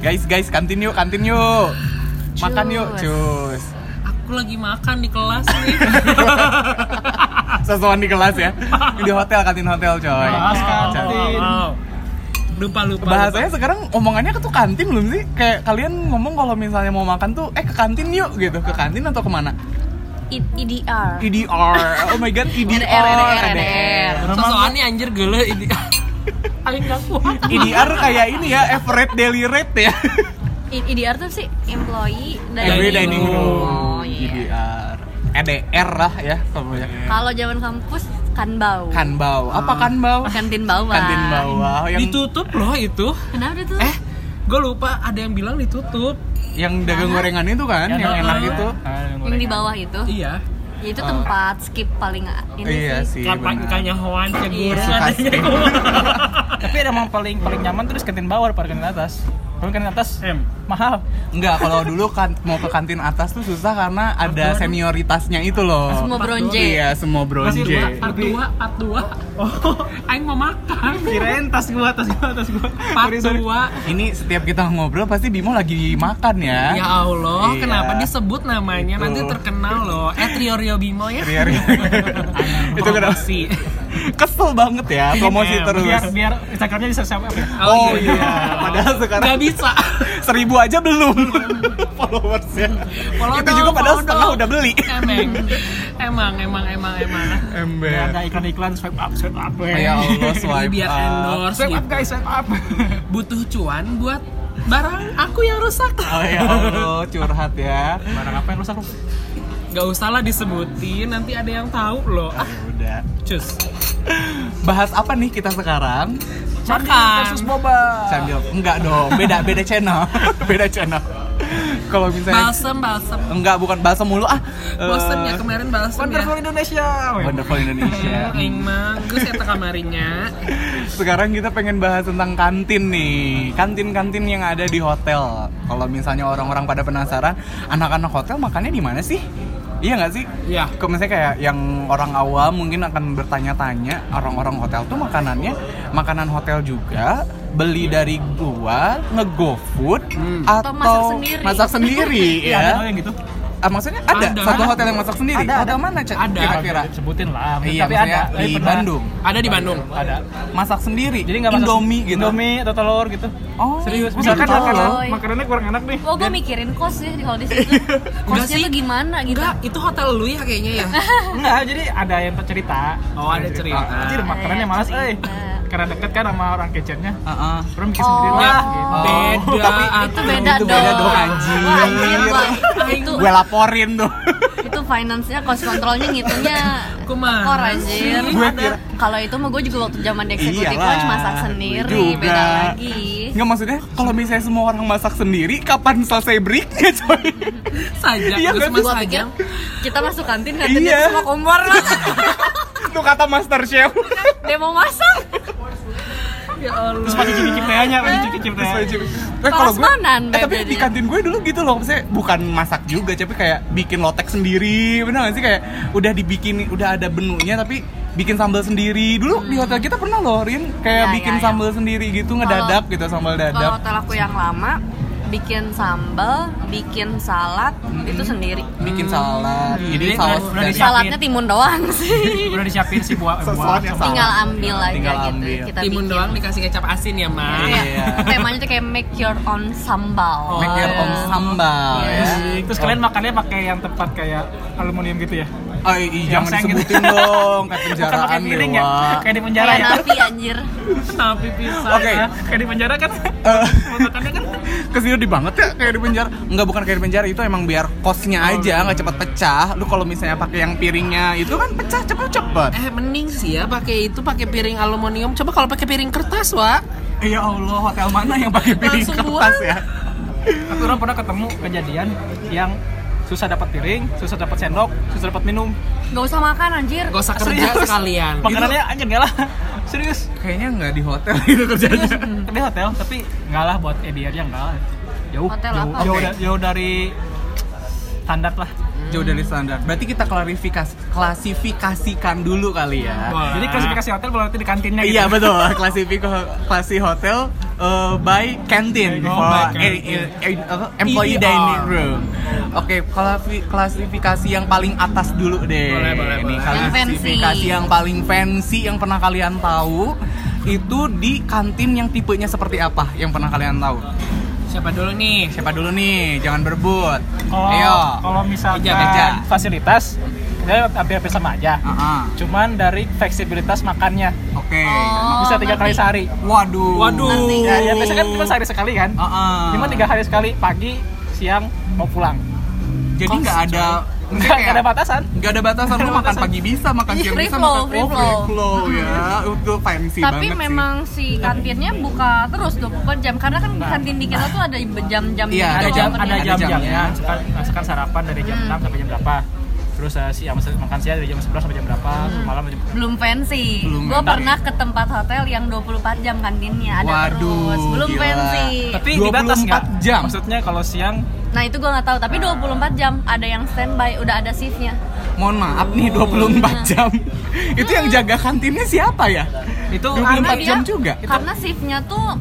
Guys, kantin yuk. Makan yuk, cus. Aku lagi makan di kelas nih. Sesuatu di kelas ya. Di hotel, kantin hotel, coy. Kantin. Lupa. Bahasanya sekarang omongannya tuh kantin belum sih? Kayak kalian ngomong kalau misalnya mau makan tuh ke kantin yuk gitu. Ke kantin atau kemana? EDR. Oh my god, EDR. Sosokan nih anjir gele ini. Aing enggak kuat. EDR kayak ini ya, average daily rate ya. EDR tuh sih employee Every dining room. Oh iya. EDR lah ya kalau ya. Kalau zaman kampus kanbau. Apa kanbau? Kantin bawah. Kantin bawah yang Ditutup loh itu. Kenapa tuh? Gue lupa ada yang bilang ditutup. yang dagang gorengan itu kan, yang enak itu. Yang di bawah itu. Iya. Ya, itu tempat skip paling ini iya sih. Kapan Hoan cegur Tapi emang paling nyaman terus kantin bawah daripada kantin atas. Kalau kantin atas mahal. Enggak, kalau dulu kan mau ke kantin atas tuh susah karena ada senioritasnya itu loh. Semua bronze. Iya, semua bronze. Part 2. Oh, aing mau makan. Kirain tas gua. Part 2. Ini setiap kita ngobrol pasti Bimo lagi makan ya. Ya Allah, Iya. Kenapa disebut namanya? Itu. Nanti terkenal loh. Rio Bimo ya. Ria. Itu kenapa sih? Kesel banget ya promosi terus. Biar Instagramnya bisa siapa ya? Oh iya. Padahal sekarang Gak bisa. 1000 aja belum followersnya. Itu juga padahal setengah udah beli. Emang. Ember. Ada iklan-iklan swipe up. Ya Allah, swipe Biar up. endorse Swipe up gitu. guys, swipe up. Butuh cuan buat barang aku yang rusak. Oh ya Allah, curhat ya. Barang apa yang rusak? Gak usah lah disebutin, nanti ada yang tahu loh. Udah. Cus. Bahas apa nih kita sekarang? Makan. Versus boba. Sambil enggak dong, beda channel. Beda channel. Kalau misalnya Balsem. enggak, bukan balsam mulu Bosen ya kemarin balsem ya. Wonderful Indonesia. Wonderful Indonesia. Aing mah geus eta kamarinya. Sekarang kita pengen bahas tentang kantin nih. Kantin-kantin yang ada di hotel. Kalau misalnya orang-orang pada penasaran, anak-anak hotel makannya di mana sih? Iya nggak sih? Iya. Kalau misalnya kayak yang orang awam mungkin akan bertanya-tanya, orang-orang hotel tuh makanannya makanan hotel juga, beli dari luar, nge-GoFood atau masak sendiri Iya, ada ya. yang gitu. Maksudnya ada satu hotel yang masak sendiri. Ada. Hotel mana, Cak? Ada. Kira-kira. Sebutin lah. Iya, Tapi maksudnya ada. di Bandung. Ada di Bandung. Ada. Masak sendiri. Jadi nggak Indomie gitu. Indomie atau telur gitu. Oh, Serius. misalkan telur. makanannya kurang enak nih. Oh, gue mikirin kos ya kalau di situ. Kosnya tuh gimana gitu. Enggak, itu hotel lu ya kayaknya ya. Enggak, jadi ada yang cerita. Oh, ada cerita. Anjir, makanannya malas, karena deket kan sama orang kitchennya. Orang bikin sendiri Oh. lah. Beda. tapi Itu beda Itu dong. beda dong, anjir. Wah, anjir, Bang. Itu Gue laporin tuh. itu finance-nya, cost control-nya ngitungnya Kumaha tekor anjir. sih? Gue Ada. kira Kalau itu mah gue juga waktu zaman di executive Iyalah, lunch masak sendiri, juga. beda lagi. Nggak, maksudnya kalau misalnya semua orang masak sendiri, kapan selesai breaknya, coy? Sajak, Iya, terus kan? mas Gua pikir sajak. kita masuk kantinnya Iya. sama kompor mas. Itu kata Master Chef. Dia mau masak. Ya Allah. Terus masih cicip tehnya, Kelas manan, tapi Beb, di kantin gue dulu gitu loh, maksudnya bukan masak juga, tapi kayak bikin lotek sendiri, bener gak sih? Kayak udah dibikin, udah ada menunya, tapi bikin sambal sendiri. Dulu di hotel kita pernah loh, Rin, kayak Ya, bikin ya, ya. sambal sendiri gitu, ngedadak gitu, sambal Kalau dadak. hotel aku yang lama bikin sambal, bikin salad itu sendiri. Bikin salad, jadi Jadi saus udah dan disiapin. Saladnya timun doang sih. Udah disiapin si buah. Sesuatu yang Tinggal ambil aja Tinggal gitu. ambil. Kita Timun bikin. doang dikasih kecap asin ya, Ma. Iya. Iya. Temanya tuh kayak make your own sambal. Make your own sambal Iya. ya. Terus kalian makannya pakai yang tempat kayak aluminium gitu ya? Oh iya, jangan Yang seng disebutin gitu. dong, kayak Bukan penjaraan pakai piring ya? Dewa. Kayak di penjara Kayak ya? napi anjir. Napi pisang. Oke. Kayak di penjara kan? Makannya kan? Kesini banget ya kayak di penjara. Enggak, bukan kayak di penjara, itu emang biar kosnya aja nggak cepet pecah. Lu kalau misalnya pakai yang piringnya itu kan pecah cepet. Mending sih ya pakai piring aluminium. Coba kalau pakai piring kertas, Wak. Ya Allah, hotel mana yang pakai piring Langsung kertas buang. ya? Tapi orang pernah ketemu kejadian yang susah dapat piring, susah dapat sendok, susah dapat minum. Gak usah makan anjir. Gak usah kerja Serius? sekalian. Makanannya anjir nggak lah. Serius. Kayaknya nggak di hotel itu kerjanya. Tapi hotel, tapi nggak lah buat EDR-nya nggak lah. Jauh, Hotel jauh, apa? jauh, Oke. jauh dari standar lah. jauh dari standar. Berarti kita klasifikasikan dulu kali ya. Jadi klasifikasi hotel berarti di kantinnya gitu. Iya betul, klasifikasi hotel by canteen employee dining room. Oke, klasifikasi yang paling atas dulu deh. Boleh. Ini klasifikasi yang paling fancy yang pernah kalian tahu itu di kantin yang tipenya seperti apa yang pernah kalian tahu? Siapa dulu nih? Jangan berebut. Kalau misalkan Eja. fasilitas kita hampir sama aja. Cuman dari fleksibilitas makannya. Oke. Bisa 3 kali sehari. Waduh. Ya biasanya kan cuma sehari sekali kan. Cuma 3 hari sekali, pagi, siang, mau pulang. Jadi nggak ada Nggak ada batasan. Nggak ada batasan, lu makan pagi bisa, makan siang bisa, makan free flow ya. Itu fancy banget sih. Tapi memang si kantinnya buka terus 24 jam karena kan kantin di kita tuh ada jam-jam Iya, gitu. ada jam-jamnya. Misalkan sarapan dari jam 6 sampai jam berapa. Terus makan siang dari jam 11 sampai jam berapa, malam jam berapa. Belum fancy. Gue pernah ke tempat hotel yang 24 jam kantinnya ada terus. Belum gila. fancy. Tapi dibatas nggak? jam. Maksudnya kalau siang. Nah itu gue nggak tahu. Tapi 24 jam ada yang standby, udah ada shiftnya. Mohon maaf nih 24 jam. Itu yang jaga kantinnya siapa ya? Itu 24 jam juga. Karena shiftnya tuh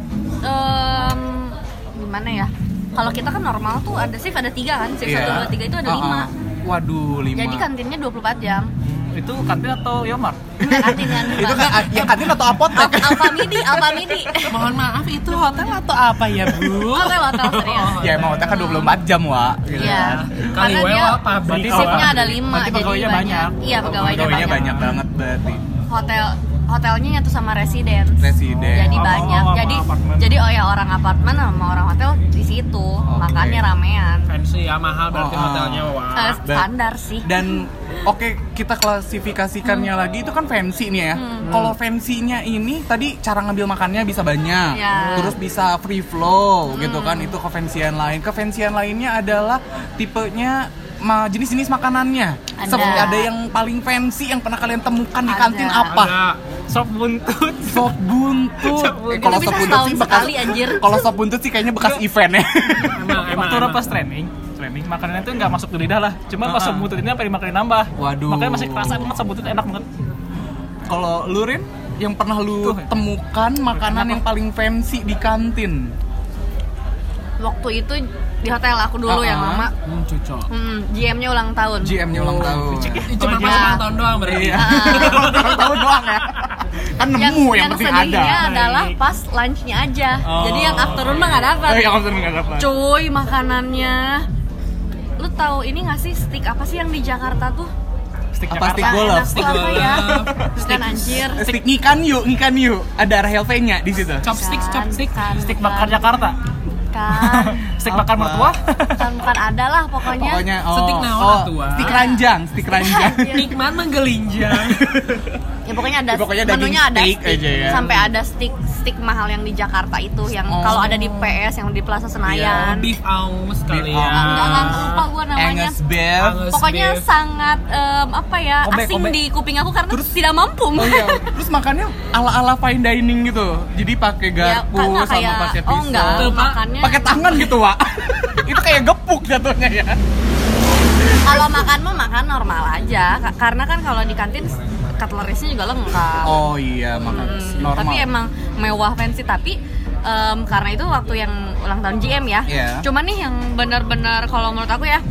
gimana ya? Kalau kita kan normal tuh ada shift ada 3 kan. Shift 1, 2, 3 itu ada 5. Waduh, 5. Jadi kantinnya 24 jam. Itu kantin atau Yomart? Kantinnya Itu kan ya kantin atau apotek? Alfamidi. Mohon maaf, itu hotel atau apa ya, Bu? Hotel serius. Ya emang hotel kan 24 jam, Wak. Iya. Kali Karena dia pabrik. shiftnya ada 5. Berarti Jadi pegawainya banyak. Iya, pegawainya Pegawainya banyak. banyak banget berarti. Hotelnya nyatu sama residen. Jadi Jadi banyak. Jadi orang apartemen sama orang hotel di situ. Makannya ramean. Fancy ya, mahal berarti hotelnya, wah. Standar sih. Dan kita klasifikasikannya lagi itu kan fancy nih ya. Kalau fancy-nya ini tadi cara ngambil makannya bisa banyak. Ya. Terus bisa free flow gitu kan. Itu kefansian lain. Kefansian lainnya adalah tipenya jenis-jenis makanannya. Ada yang paling fancy yang pernah kalian temukan di kantin apa? Sop buntut. Sop buntut. Kalau Itu sop bisa buntut setahun sih bekas sekali, anjir. Kalau sop buntut sih kayaknya bekas event ya. Waktu pas training makanannya itu nggak masuk ke lidah lah. Cuma pas sop buntut ini apa dimakan nambah. Waduh. Makanya masih kerasa banget sop buntut, enak banget. Kalau lu Rin, yang pernah lu temukan makanan yang paling fancy di kantin? Waktu itu di hotel aku dulu yang lama. Cucok. GM-nya ulang tahun. GM-nya ulang tahun. Cuma pas ulang tahun doang berarti. Iya. Ulang tahun doang ya. Kan nemu yang penting ada. Sedihnya adalah pas lunch-nya aja. Jadi yang afternoon mah nggak dapat. Yang afternoon nggak dapat. Cuy, makanannya. Lu tahu ini nggak sih stick apa sih yang di Jakarta tuh? Apa stick golf? Stick apa ya? Bukan anjir. Stick ngikan yuk. Ada Rahel V-nya di situ. Chopstick. Stick bakar Jakarta. Kan. Stick bakar mertua. Bukan ada lah pokoknya. Stick naon tua. Stick ranjang. Nikmat menggelinjang. Ya pokoknya ada daging menunya ada steak stick aja ya. sampai ada stick mahal yang di Jakarta itu yang kalau ada di PS yang di Plaza Senayan. Beef aus kali ya. Enggak lupa gua namanya. Angus beef. Pokoknya sangat asing di kuping aku karena tidak mampu. Oh iya. Terus makannya ala-ala fine dining gitu. Jadi pakai garpu sama pakai pisau. Enggak, makannya pakai tangan gitu, Wak. Itu kayak gepuk jatuhnya ya. kalau makan mah makan normal aja karena kan kalau di kantin cutlery-nya juga lengkap. Oh iya, makan normal. Tapi emang mewah fancy tapi karena itu waktu yang ulang tahun GM ya. Yeah. Cuman nih yang benar-benar kalau menurut aku ya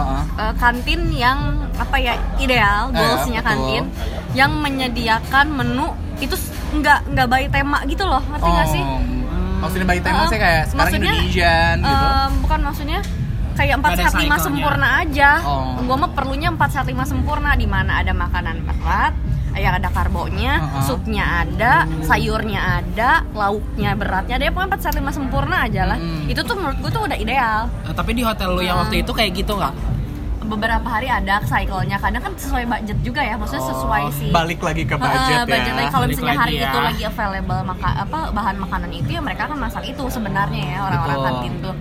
kantin yang ideal, goals-nya kantin yang menyediakan menu itu nggak by tema gitu loh, ngerti nggak sih? Maksudnya by tema sih kayak sekarang Indonesian gitu. Bukan maksudnya kayak 4 sehat 5 sempurna aja. Gua mah perlunya 4 sehat 5 sempurna di mana ada makanan berat, yang ada karbonya, supnya ada, sayurnya ada, lauknya beratnya ada, ya pokoknya 4 sehat 5 sempurna aja lah. Itu tuh menurut gua tuh udah ideal. Tapi di hotel lu yang waktu itu kayak gitu nggak? Beberapa hari ada cycle-nya, kadang kan sesuai budget juga ya, maksudnya sesuai sih. Balik lagi ke budget ya. Kalau misalnya hari ya. itu lagi available bahan makanan itu ya mereka kan masak itu sebenarnya ya orang-orang kantin tuh.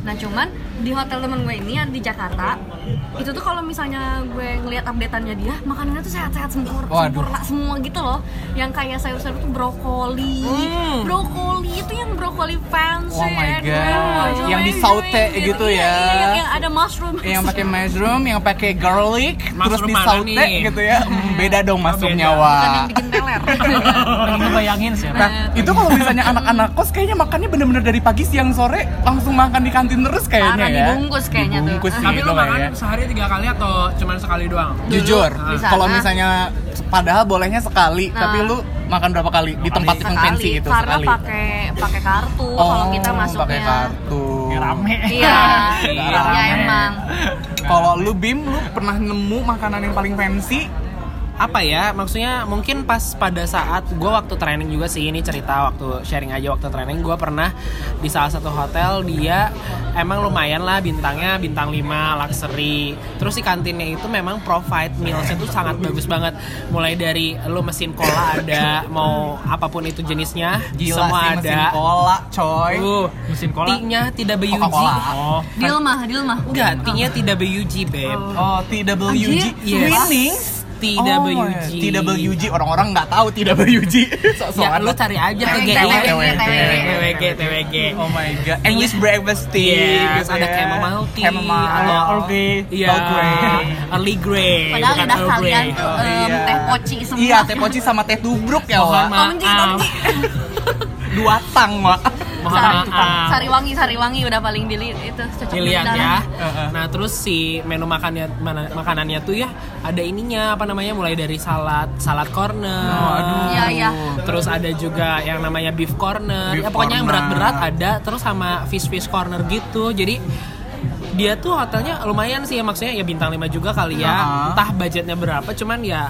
Nah cuman di hotel temen gue ini di Jakarta itu tuh kalau misalnya gue ngeliat updateannya dia, makanannya tuh sehat-sehat sempurna semua gitu loh. Yang kayak sayur-sayur tuh brokoli itu yang brokoli fancy. Oh my god, yang di saute gitu ya. Yang ada mushroom. Yang pakai mushroom, yang pakai garlic, terus di saute gitu ya. Beda dong mushroomnya, Bukan wah. yang bikin teler. Bayangin sih. Nah, itu kalau misalnya anak-anak kos kayaknya makannya bener-bener dari pagi siang sore langsung makan di kantin terus kayaknya ya. Dibungkus kayaknya dibungkus tuh. sih, Tapi itu lo makan kayak. sehari 3 kali atau cuma sekali doang? Jujur, Di sana. kalau misalnya padahal bolehnya sekali, tapi lu makan berapa kali di tempat yang fancy itu karena sekali? pakai kartu kalau kita masuknya. Pakai kartu. Rame. Iya. Iya. Ya emang. Kalau lu Bim, lu pernah nemu makanan yang paling fancy? Apa ya, maksudnya mungkin pas pada saat gue waktu training juga sih, ini cerita waktu sharing aja waktu training, gue pernah di salah satu hotel, dia emang lumayan lah bintangnya bintang 5 luxury, terus di kantinnya itu memang provide mealsnya tuh sangat bagus banget, mulai dari lu mesin cola ada, mau apapun itu jenisnya. Gila semua sih, ada mesin cola coy. Mesin cola. T-nya tidak BUG. Coca-Cola. Oh, Dilmah. Enggak, T-nya tidak BUG, babe. Oh, TWG. Yes. Winning. TWG. TWG, orang-orang nggak tahu TWG. Ya lu cari aja ke TWG. Oh my god. English breakfast tea. Yes, gitu ada ya. chamomile tea, Chamomile, ada Earl Grey. Iya, Earl Grey. early grey. Padahal bukan udah Earl Grey. kalian Iya. teh poci semua. Iya, teh poci sama teh tubruk ya, Mohon Wak. maaf. 2 tang, Wak. Mohon maaf. Sariwangi udah paling itu cocok Dilihat di ya. dalam. Nah, terus si menu makanannya tuh ya ada ininya apa namanya, mulai dari salad corner. Iya. Terus ada juga yang namanya beef corner. Beef Ya pokoknya yang corner. berat-berat ada, terus sama fish corner gitu. Jadi dia tuh hotelnya lumayan sih ya, maksudnya ya bintang 5 juga kali ya. Entah budgetnya berapa, cuman ya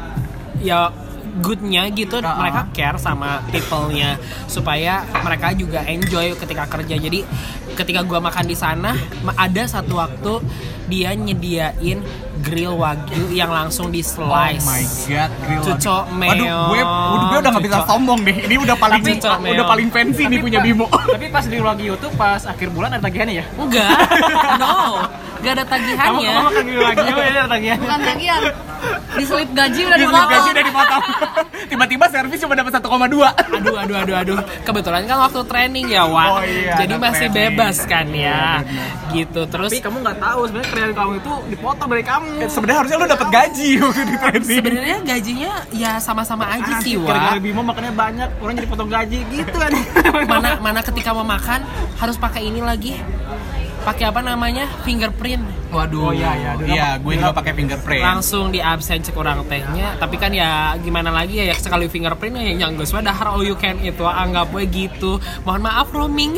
goodnya gitu, mereka care sama people-nya supaya mereka juga enjoy ketika kerja. Jadi ketika gua makan di sana, ada satu waktu dia nyediain grill wagyu yang langsung di slice. Oh my god, grill Cuco wagyu. meong. Waduh, gue udah nggak bisa sombong deh. Ini udah paling fancy nih punya Bimo. Tapi pas di Wagyu tuh pas akhir bulan ada tagihannya ya? Enggak, no, gak ada tagihannya. Kamu makan di Wagyu ya ada tagihan. Bukan tagihan. Di slip gaji udah Gaji dipotong. udah dipotong. Tiba-tiba servis cuma dapat 1,2. Aduh. Kebetulan kan waktu training ya, Wak. Oh iya, jadi ada masih training. bebas kan ya. Gitu. Terus Tapi kamu nggak tahu sebenarnya kerjaan kamu itu dipotong dari kamu. Sebenarnya harusnya lu dapat gaji waktu di training. sebenarnya gajinya ya sama-sama aja sih, Gara-gara Wak. Bimo makannya banyak, orang jadi potong gaji gitu kan. Mana ketika mau makan harus pakai ini lagi. Pakai apa namanya? Fingerprint. Waduh. Oh iya. Iya, gue juga pakai fingerprint. Langsung di absen cek orang tehnya. Tapi kan ya gimana lagi ya sekali fingerprint ya nyanggus wadah all you can itu anggap gue gitu. Mohon maaf roaming.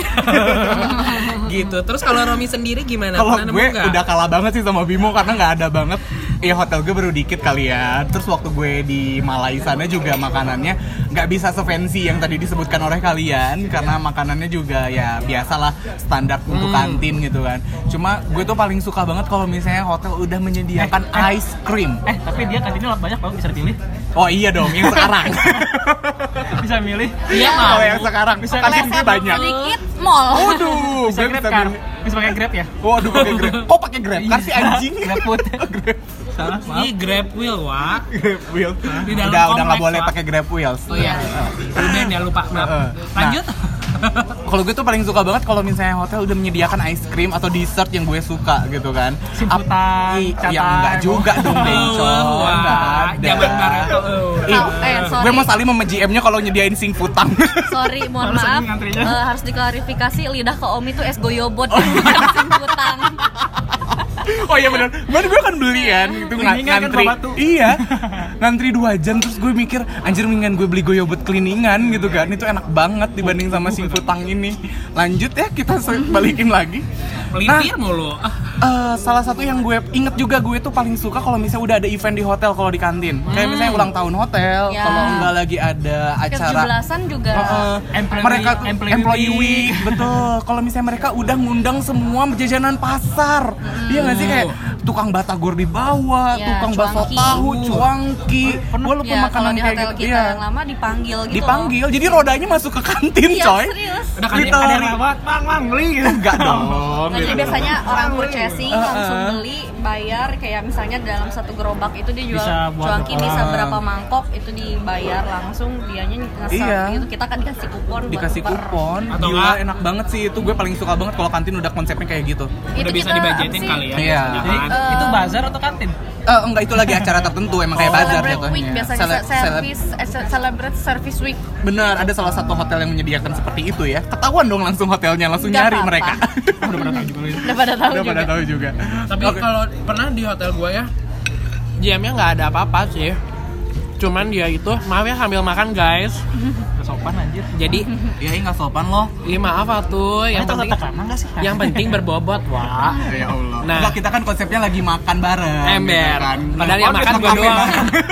Gitu. Terus kalau Romi sendiri gimana? Kalau Pernah nemu gue nggak? udah kalah banget sih sama Bimo karena nggak ada banget. Ya hotel gue baru dikit kali ya. Terus waktu gue di Malai sana juga makanannya nggak bisa se-fancy yang tadi disebutkan oleh kalian karena makanannya juga ya biasalah standar untuk kantin gitu kan. Cuma gue tuh paling suka banget kalau misalnya hotel udah menyediakan ice cream. Tapi dia kantinnya banyak banget, bisa dipilih. Oh iya dong, yang sekarang. Bisa milih. Iya, Kalau yang sekarang Bisa kantin gue Leset banyak. sedikit mall. Waduh, Bisa gue Grab bisa car. milih. Bisa pakai Grab ya? Waduh, pakai Grab. Kok pakai Grab? Kasih anjing. Grab food. Grab. Salah, maaf. Ih, Grab wheel, Wak. Grab wheel. Di dalam Udah nggak kompleks, boleh Pak. pakai Grab wheels. Oh iya. Ruben ya lupa, maaf. Lanjut. Kalau gue tuh paling suka banget kalau misalnya hotel udah menyediakan ice cream atau dessert yang gue suka gitu kan. Simputan, Ya enggak juga dong, Bencong. Wah, Enggak ada. zaman Barito. Sorry. Gue mau saling sama-GM-nya kalau nyediain singputang. Sorry, mohon Harus maaf. lagi ngantrinya. Harus diklarifikasi lidah ke Om itu es goyobot bukan singkutan. Oh iya benar. Kemarin gue kan beli kan itu Cleaningan kan, ngantri. Bapak tuh. Iya. Ngantri 2 jam terus gue mikir anjir mendingan gue beli goyobot cleaningan gitu kan. Itu enak banget dibanding sama singputang ini. Lanjut ya kita balikin lagi. Pelintir mulu. Salah satu yang gue inget juga, gue tuh paling suka kalau misalnya udah ada event di hotel kalau di kantin. Kayak misalnya ulang tahun hotel, kalau enggak lagi ada acara ke-17-an juga mereka employee week, betul. Kalau misalnya mereka udah ngundang semua jajanan pasar. Iya nggak sih, kayak tukang batagor dibawa, tukang bakso tahu, cuangki. Gue lupa makanan kayak gitu. Kita yang lama dipanggil gitu. Dipanggil, jadi rodanya masuk ke kantin, coy. Serius. Udah kan ada yang lewat, bang beli gitu. Enggak dong. Jadi biasanya orang purchasing langsung beli, bayar, kayak misalnya dalam satu gerobak itu dia jual cuanki bisa berapa mangkok, itu dibayar langsung, dianya nge-serve gitu. Kita kan dikasih kupon atau enggak, enak banget sih itu. Gue paling suka banget kalau kantin udah konsepnya kayak gitu. Udah bisa dibajetin kali ya. Iya. Itu bazar atau kantin? Enggak, itu lagi acara tertentu, emang kayak bazar jatuhnya. Week biasanya celebrate service week. Benar, ada salah satu hotel yang menyediakan seperti itu ya. Ketahuan dong langsung hotelnya, langsung nyari mereka. Udah pada tahu juga. Tapi kalau pernah di hotel gue ya, GM-nya nggak ada apa-apa sih. Cuman dia itu, maaf ya sambil makan guys. Gak sopan anjir. Jadi, ya nggak sopan loh. iya maaf atuh. Yang penting berbobot, wah. Ya Allah. Nah, kita kan konsepnya lagi makan bareng. Ember. Gitu kan. Padahal yang makan gue doang.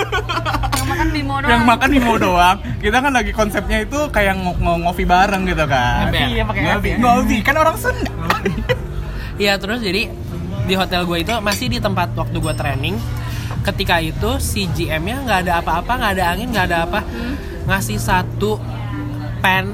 Yang makan Bimo doang. Kita kan lagi konsepnya itu kayak ngopi bareng gitu kan. Ember. Iya pakai ngopi. Kan orang Sunda. Iya, terus jadi di hotel gue itu masih di tempat waktu gue training. Ketika itu si GM-nya nggak ada apa-apa, nggak ada angin, nggak ada apa, ngasih satu pan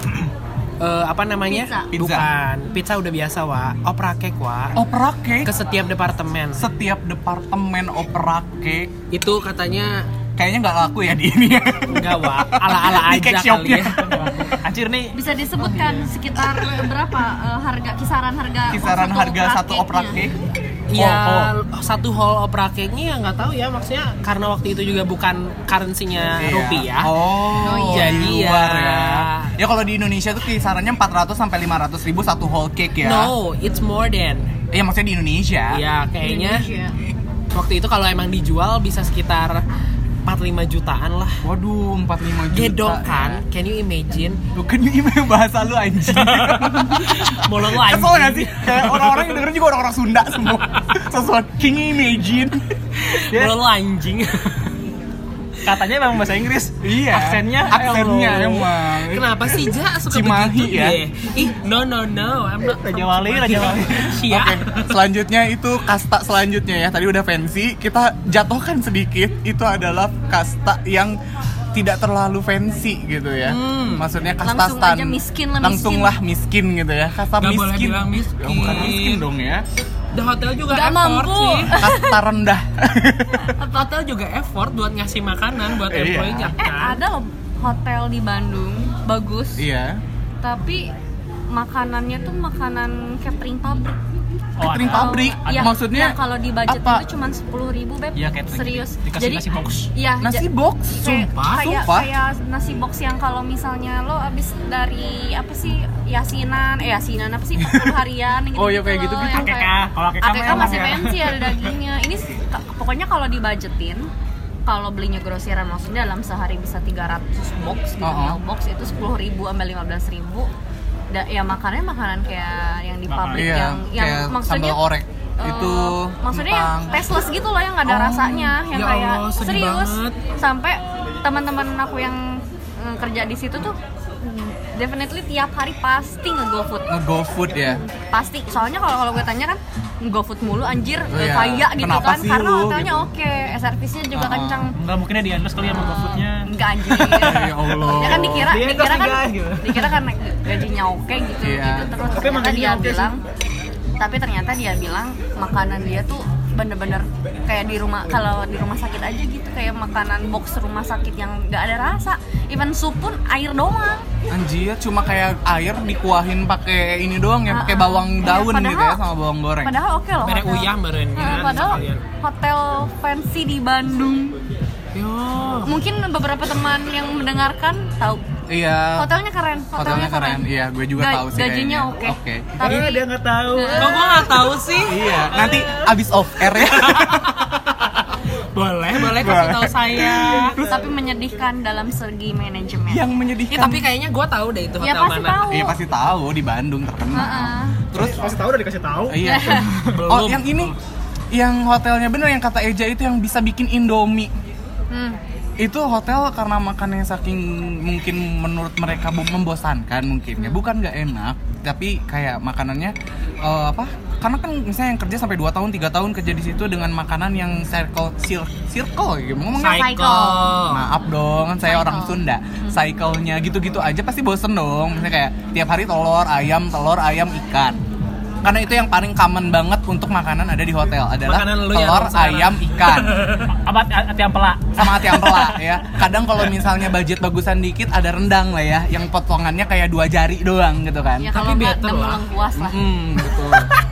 apa namanya? Pizza. Bukan, pizza udah biasa opera cake Opera cake ke setiap departemen. Setiap departemen opera cake Itu katanya kayaknya nggak laku ya di ini ya. Enggak ala-ala Di aja cake kali ya. Anjir nih. Bisa disebutkan sekitar berapa kisaran harga satu opera cake? Iya, satu hall opera cake-nya ya nggak tahu ya, maksudnya karena waktu itu juga bukan currency-nya rupiah. Jadi ya. Ya kalau di Indonesia tuh kisarannya 400 sampai 500 ribu satu whole cake ya. No, it's more than. Iya, maksudnya di Indonesia. Iya, kayaknya waktu itu kalau emang dijual bisa sekitar 45 jutaan lah. Waduh, 45 juta. Gedong kan? Can you imagine? Bukan ini bahasa lu anjing. Bolong lu anjing. Kesel gak sih? Kayak orang-orang yang dengerin juga orang-orang Sunda semua. Sesuatu, can you imagine? Bolong lu anjing. Katanya memang bahasa Inggris. Iya. Aksennya emang. Kenapa sih Ja suka Cimahi begitu ya? Ih, no. I'm not Raja Wali. Sia. Oke, selanjutnya itu kasta selanjutnya ya. Tadi udah fancy, kita jatuhkan sedikit. Itu adalah kasta yang tidak terlalu fancy gitu ya. Maksudnya kasta langsung aja miskin gitu ya. Kasta Gak miskin. Boleh bilang miskin. Ya, bukan miskin dong ya. The hotel juga gak effort mampu sih. Kasta rendah. Hotel juga effort buat ngasih makanan buat employee kan. Ada loh hotel di Bandung bagus. Iya. Tapi makanannya tuh makanan catering pabrik. Catering pabrik? Ya, maksudnya kalau di budget apa? itu cuma 10.000 Beb. Iya, catering. Serius. Dikasih Jadi nasi box. Iya, nasi box? Sumpah. Sumpah? Kayak nasi box yang kalau misalnya lo abis dari apa sih yasinan apa sih 40 harian gitu. Oh iya, kayak gitu-gitu. Kalau AKK masih fancy ada dagingnya. Ini pokoknya kalau dibajetin, kalau belinya grosiran maksudnya dalam sehari bisa 300 box gitu, meal box itu 10.000 sampai 15.000. Ya makanan kayak yang di pabrik yang maksudnya sambal orek itu maksudnya yang tasteless gitu loh, yang nggak ada rasanya, yang ya kayak Allah, serius banget. Sampai teman-teman aku yang kerja di situ tuh definitely tiap hari pasti nge-GoFood ya. Pasti, soalnya kalau gue tanya kan GoFood mulu anjir, iya. kaya gitu. Kenapa kan sih karena lu, hotelnya gitu. Oke, servisnya juga kencang. Enggak mungkinnya di endorse kali sama GoFoodnya. Enggak anjir. Ya Allah. Ya kan dikira kan gitu. dikira karena gajinya oke gitu. Terus ternyata dia bilang makanan dia tuh bener-bener kayak di rumah, kalau di rumah sakit aja gitu, kayak makanan box rumah sakit yang nggak ada rasa. Even sup pun air doang. Anjir, cuma kayak air dikuahin pakai ini doang ya, pakai bawang daun gitu ya sama bawang goreng. Padahal oke loh. Mere uyah meren. Padahal hotel fancy di Bandung. Yo. Mungkin beberapa teman yang mendengarkan tahu. Iya. Hotelnya keren. Iya, gue juga tahu sih. Gajinya oke. Tapi dia nggak tahu. Kok gue nggak tahu sih? Iya. Nanti abis off air ya. boleh kasih tahu saya. Tapi menyedihkan dalam segi manajemen. Yang menyedihkan. Tapi kayaknya gue tahu deh itu hotel pasti mana. tahu. Iya pasti tahu, di Bandung terkenal. Terus udah dikasih tahu. Iya. Oh, yang ini yang hotelnya bener yang kata Eja itu yang bisa bikin Indomie. Itu hotel karena makannya saking mungkin menurut mereka membosankan mungkin ya, bukan nggak enak, tapi kayak makanannya karena kan misalnya yang kerja sampai 2 tahun 3 tahun kerja di situ dengan makanan yang circle gitu ngomongnya cycle. Maaf dong, kan saya orang Sunda. Cycle-nya gitu-gitu aja pasti bosen dong. Misalnya kayak tiap hari telur ayam ikan. Karena itu yang paling common banget untuk makanan ada di hotel adalah telur, ayam, ikan. Ati ampela. Sama ati ampela ya. Kadang kalau misalnya budget bagusan dikit ada rendang lah ya, yang potongannya kayak 2 jari doang gitu kan. Ya, tapi better lah. Puas lah. Betul.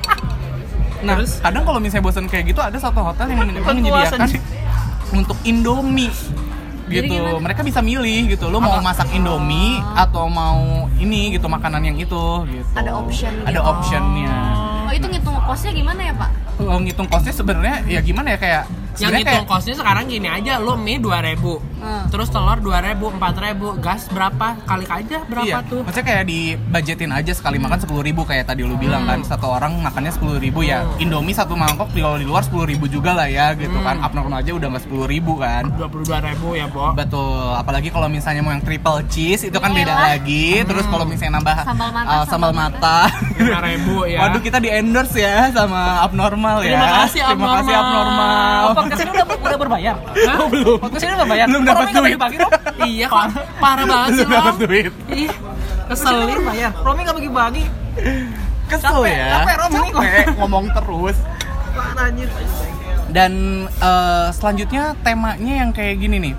Nah, kadang kalau misalnya bosan kayak gitu ada satu hotel yang menyediakan untuk Indomie. Gitu, mereka bisa milih gitu, lo mau masak Indomie atau mau ini gitu makanan yang itu gitu. Ada optionnya. Oh, itu ngitung kosnya gimana ya Pak? Ngitung kosnya sebenarnya ya gimana ya kayak yang ngitung kosnya sekarang gini aja, lo mie 2.000, terus telur 2.000, 4.000, gas berapa, kali aja berapa tuh? Maksudnya kayak dibudgetin aja sekali makan 10.000 kayak tadi lu bilang kan, satu orang makannya 10.000 ya. Indomie satu mangkok kalau di luar 10.000 juga lah ya gitu kan. Abnormal aja udah nggak 10.000 kan. 22.000 ya, Bo. Betul. Apalagi kalau misalnya mau yang triple cheese itu kan beda lagi. Terus kalau misalnya nambah sambal mata 5.000 ya. Waduh, kita di endorse ya sama Abnormal ya. Terima kasih Abnormal. Podcast ini udah berbayar? Oh, belum. Podcast ini udah bayar? Belum dapat duit. Iya kok, parah banget sih belum dapat duit. Ih, keselin bayar. Romi nggak bagi-bagi. Kesel ya. Capek Romi ngomong terus. Anjir. Dan selanjutnya temanya yang kayak gini nih.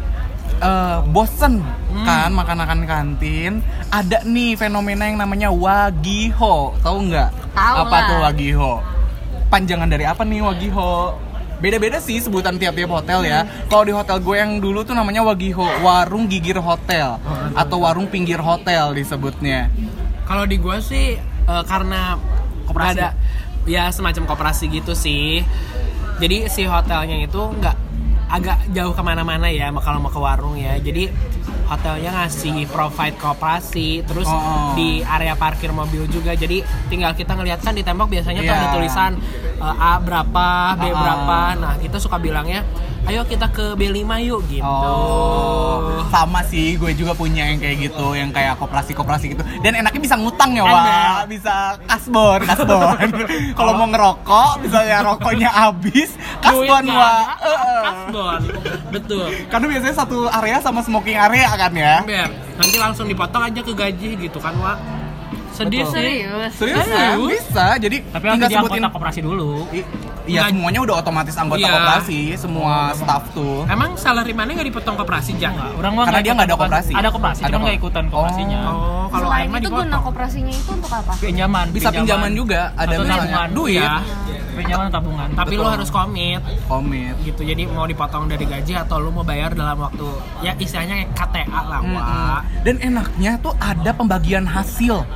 Bosen kan makan kantin. Ada nih fenomena yang namanya Wagiho. Tahu nggak? Apa tuh Wagiho? Panjangan dari apa nih Wagiho? Beda-beda sih sebutan tiap-tiap hotel ya. Kalau di hotel gue yang dulu tuh namanya Wagiho, warung gigir hotel atau warung pinggir hotel disebutnya. Kalau di gue sih karena koperasi ada ya semacam koperasi gitu sih. Jadi si hotelnya itu nggak agak jauh kemana-mana ya kalau mau ke warung ya. Jadi hotelnya ngasih provide koperasi, terus di area parkir mobil juga. Jadi tinggal kita ngeliat kan di tembok biasanya tuh ada tulisan A berapa, B berapa. Nah kita suka bilangnya, ayo kita ke B5 yuk gitu. Sama sih, gue juga punya yang kayak gitu, yang kayak koperasi gitu. Dan enaknya bisa ngutang ya, Wak. Bisa kasbon. Kalau mau ngerokok, misalnya rokoknya habis, kasbon, Wak. Kasbon, betul. Karena biasanya satu area sama smoking area kan ya. Nanti langsung dipotong aja ke gaji gitu kan, Wak. Sedih sih. Serius? Bisa. Jadi tapi harus jadi anggota koperasi dulu. Iya, semuanya udah otomatis anggota koperasi, semua staff tuh. Emang salary mana nggak dipotong koperasi, Jang? Karena dia nggak ada koperasi. Ada koperasi, cuma nggak ikutan koperasinya. Kalau selain itu guna koperasinya itu untuk apa? Pinjaman. Bisa pinjaman juga, ada misalnya duit. Ya. Pinjaman tabungan. Tapi lu harus komit gitu. Jadi mau dipotong dari gaji atau lu mau bayar dalam waktu ya istilahnya KTA lah, Wak. Dan enaknya tuh ada pembagian hasil.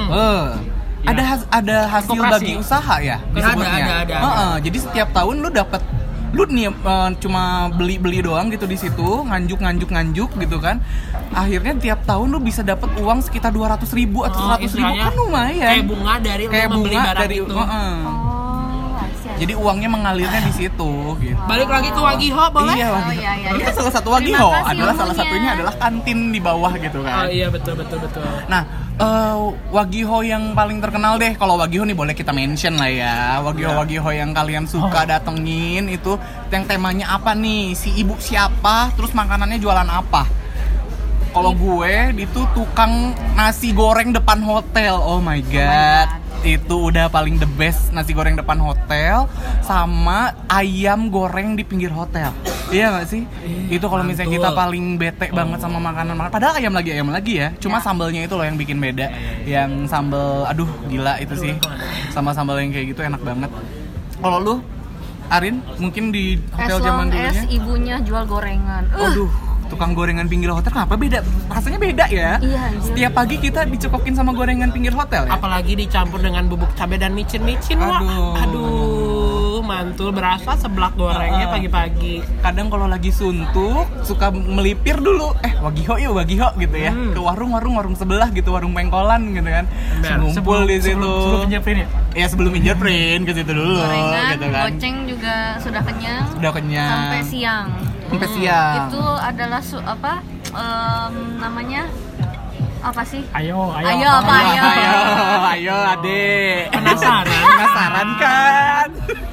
Ada hasil koperasi. bagi usaha ya disebutnya. Ada. Jadi setiap tahun lu nih cuma beli doang gitu di situ, nganjuk gitu kan. Akhirnya tiap tahun lu bisa dapat uang sekitar 200.000 atau 100.000 kan lumayan. Kayak bunga dari lu membeli barang itu. Jadi uangnya mengalirnya di situ gitu. Balik lagi ke Wagiho, boleh? Iya, Wagiho. Salah satu Wagiho adalah salah satunya adalah kantin di bawah gitu kan. Oh iya, betul. Nah, Wagiho yang paling terkenal deh, kalau Wagiho nih boleh kita mention lah ya. Wagiho yang kalian suka datengin itu yang temanya apa nih? Si ibu siapa? Terus makanannya jualan apa? Kalau gue itu tukang nasi goreng depan hotel. Oh my god. Itu udah paling the best, nasi goreng depan hotel sama ayam goreng di pinggir hotel. Iya gak sih? Itu kalau misalnya kita paling bete banget sama makanan. Padahal ayam lagi ya. Cuma sambalnya itu loh yang bikin beda. Yang sambal, aduh gila itu sih. Sama sambal yang kayak gitu enak banget. Kalau lu, Arin, mungkin di hotel zaman dulunya ibunya jual gorengan. Aduh, tukang gorengan pinggir hotel kenapa beda? Rasanya beda ya? Iya. Setiap pagi kita dicekokin sama gorengan pinggir hotel ya? Apalagi dicampur dengan bubuk cabai dan micin-micin, Wak. Aduh, mantul berasa seblak gorengnya pagi-pagi. Kadang kalau lagi suntuk suka melipir dulu, wagiho gitu ya. Ke warung sebelah gitu, warung pengkolan gitu kan. Ngumpul di situ. Sebelum fingerprint ya? Iya, sebelum fingerprint ke situ dulu. Gorengan, gitu kan. goceng juga sudah kenyang. Sampai siang. Itu adalah namanya apa sih? Ayo, adek. Penasaran Kan?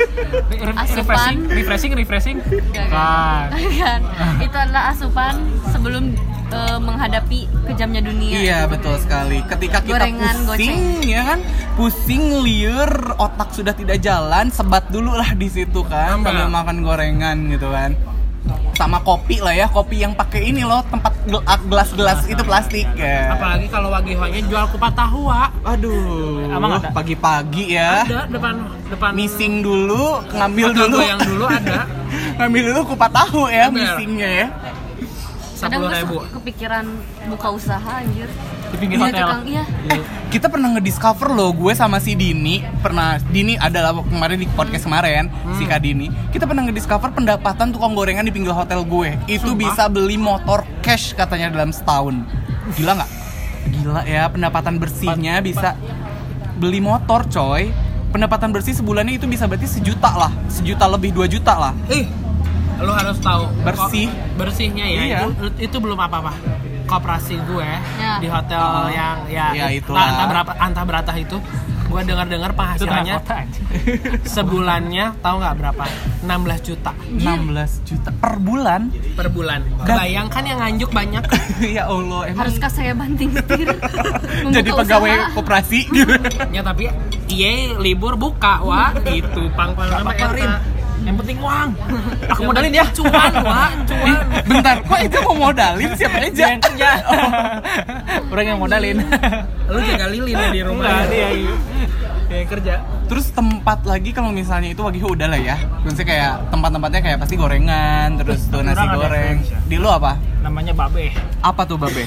Refreshing. Kan. Itu adalah asupan sebelum menghadapi kejamnya dunia. Iya, betul sekali. Ketika kita pusing, ya kan? Pusing, liur, otak sudah tidak jalan, sebat dulu lah di situ kan, sambil makan gorengan gitu kan. Sama kopi lah ya, kopi yang pakai ini loh, tempat gelas-gelas itu plastik ya. Apalagi kalau Wagihonya jual kupat tahu, Wak. Aduh, emang ada? Pagi-pagi ya. Ada depan missing dulu, ngambil dulu. Yang dulu ada. Ngambil dulu kupat tahu ya, missingnya ya. Kadang gue kepikiran buka usaha anjir di pinggir hotel. Iya. Kita pernah ngediscover loh, gue sama si Dini adalah kemarin di podcast kemarin, si Kak Dini. Kita pernah ngediscover pendapatan tukang gorengan di pinggir hotel gue. Itu bisa beli motor cash katanya dalam setahun. Gila nggak? Gila ya, pendapatan bersihnya bisa beli motor coy. Pendapatan bersih sebulannya itu bisa berarti 1 juta lah, 1 juta lebih, 2 juta lah. Lu harus tahu bersihnya ya. Iya. Itu belum apa-apa. Koperasi gue di hotel yang entah berapa itu, gue dengar penghasilannya sebulannya tahu nggak berapa? 16 juta. 16 juta per bulan. Kebayangkan yang nganjuk banyak. Ya Allah, emang haruskah saya banting setir? jadi pegawai koperasi gitu. Ya tapi libur buka gitu pang-pang yang penting uang. Aku modalin ya. Cuan. Bentar, kok itu mau modalin siapa aja? Yang kerja. Orang yang modalin. Lu jaga lilin ya di rumah. Dia yang kerja. Terus tempat lagi kalau misalnya itu Wagiho udah lah ya. Maksudnya kayak tempat-tempatnya kayak pasti gorengan, terus tuh nasi goreng. Di lu apa? Namanya Babe. Apa tuh Babe?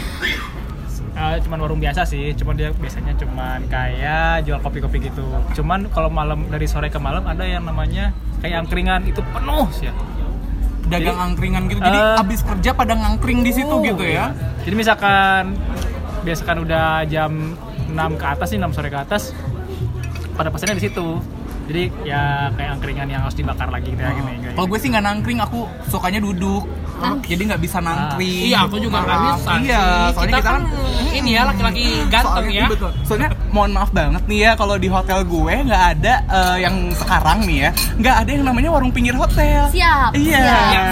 Cuman warung biasa sih, cuman dia biasanya cuman kayak jual kopi-kopi gitu. Cuman kalau malam dari sore ke malam ada yang namanya kayak angkringan, itu penuh sih ya. Dagang angkringan gitu. Jadi abis kerja pada ngangkring di situ gitu ya. Jadi misalkan udah jam 6 ke atas nih, 6 sore ke atas, pada pesannya di situ. Jadi ya kayak angkringan yang harus dibakar lagi gitu. Kalau gue sih nggak nangkring, aku sukanya duduk. Jadi nggak bisa nangkring. Iya, aku juga nggak bisa. Iya, soalnya kita kan ini ya laki-laki ganteng ya. Betul. Soalnya mohon maaf banget nih ya, kalau di hotel gue nggak ada yang sekarang nih ya, nggak ada yang namanya warung pinggir hotel. Siap. Iya.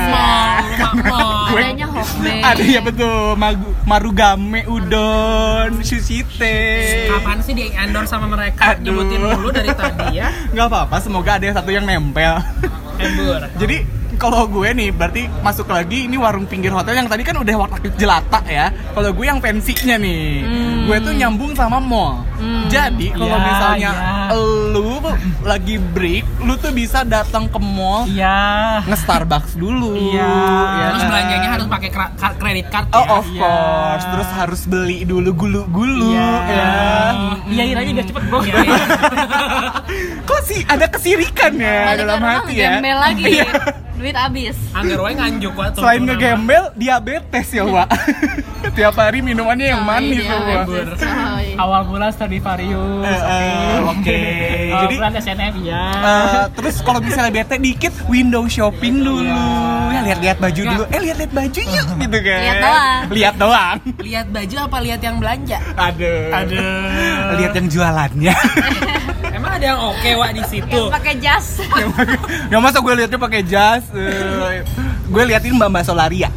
Adanya Hokbe. Ada ya betul. Marugame, udon, sushite. Kapan sih di endorse sama mereka? Nyebutin dulu dari tadi ya. Nggak apa-apa, semoga ada yang satu yang nempel. Jadi kalau gue nih berarti masuk lagi ini warung pinggir hotel yang tadi kan udah warteg jelata ya. Kalau gue yang fancy-nya nih, gue tuh nyambung sama mall. Jadi kalau misalnya lu lagi break, lu tuh bisa datang ke mall, nge-Starbucks dulu. Terus belanjanya harus pakai credit card ya. Of course. Terus harus beli dulu gulu-gulu Iyain aja biar cepet bro. Kok sih ada kesirikan ya dalam hati ya. Gembel lagi. Duit abis. Anggar wae nganjuk Wak. Selain ngegembel, diabetes ya Wak. Tiap hari minumannya yang manis Wak. Awal bulan Stradivarius. Oke. Jadi bulan SNM ya. Terus kalau misalnya bete dikit, window shopping dulu. Ya lihat-lihat baju dulu. Lihat-lihat baju yuk gitu kan. Lihat doang. Lihat baju apa lihat yang belanja? Aduh. Lihat yang jualannya. Emang ada yang oke Wak di situ? Yang pakai jas. Ya masa gue liatnya pakai jas. Gue liatin Mbak Solaria.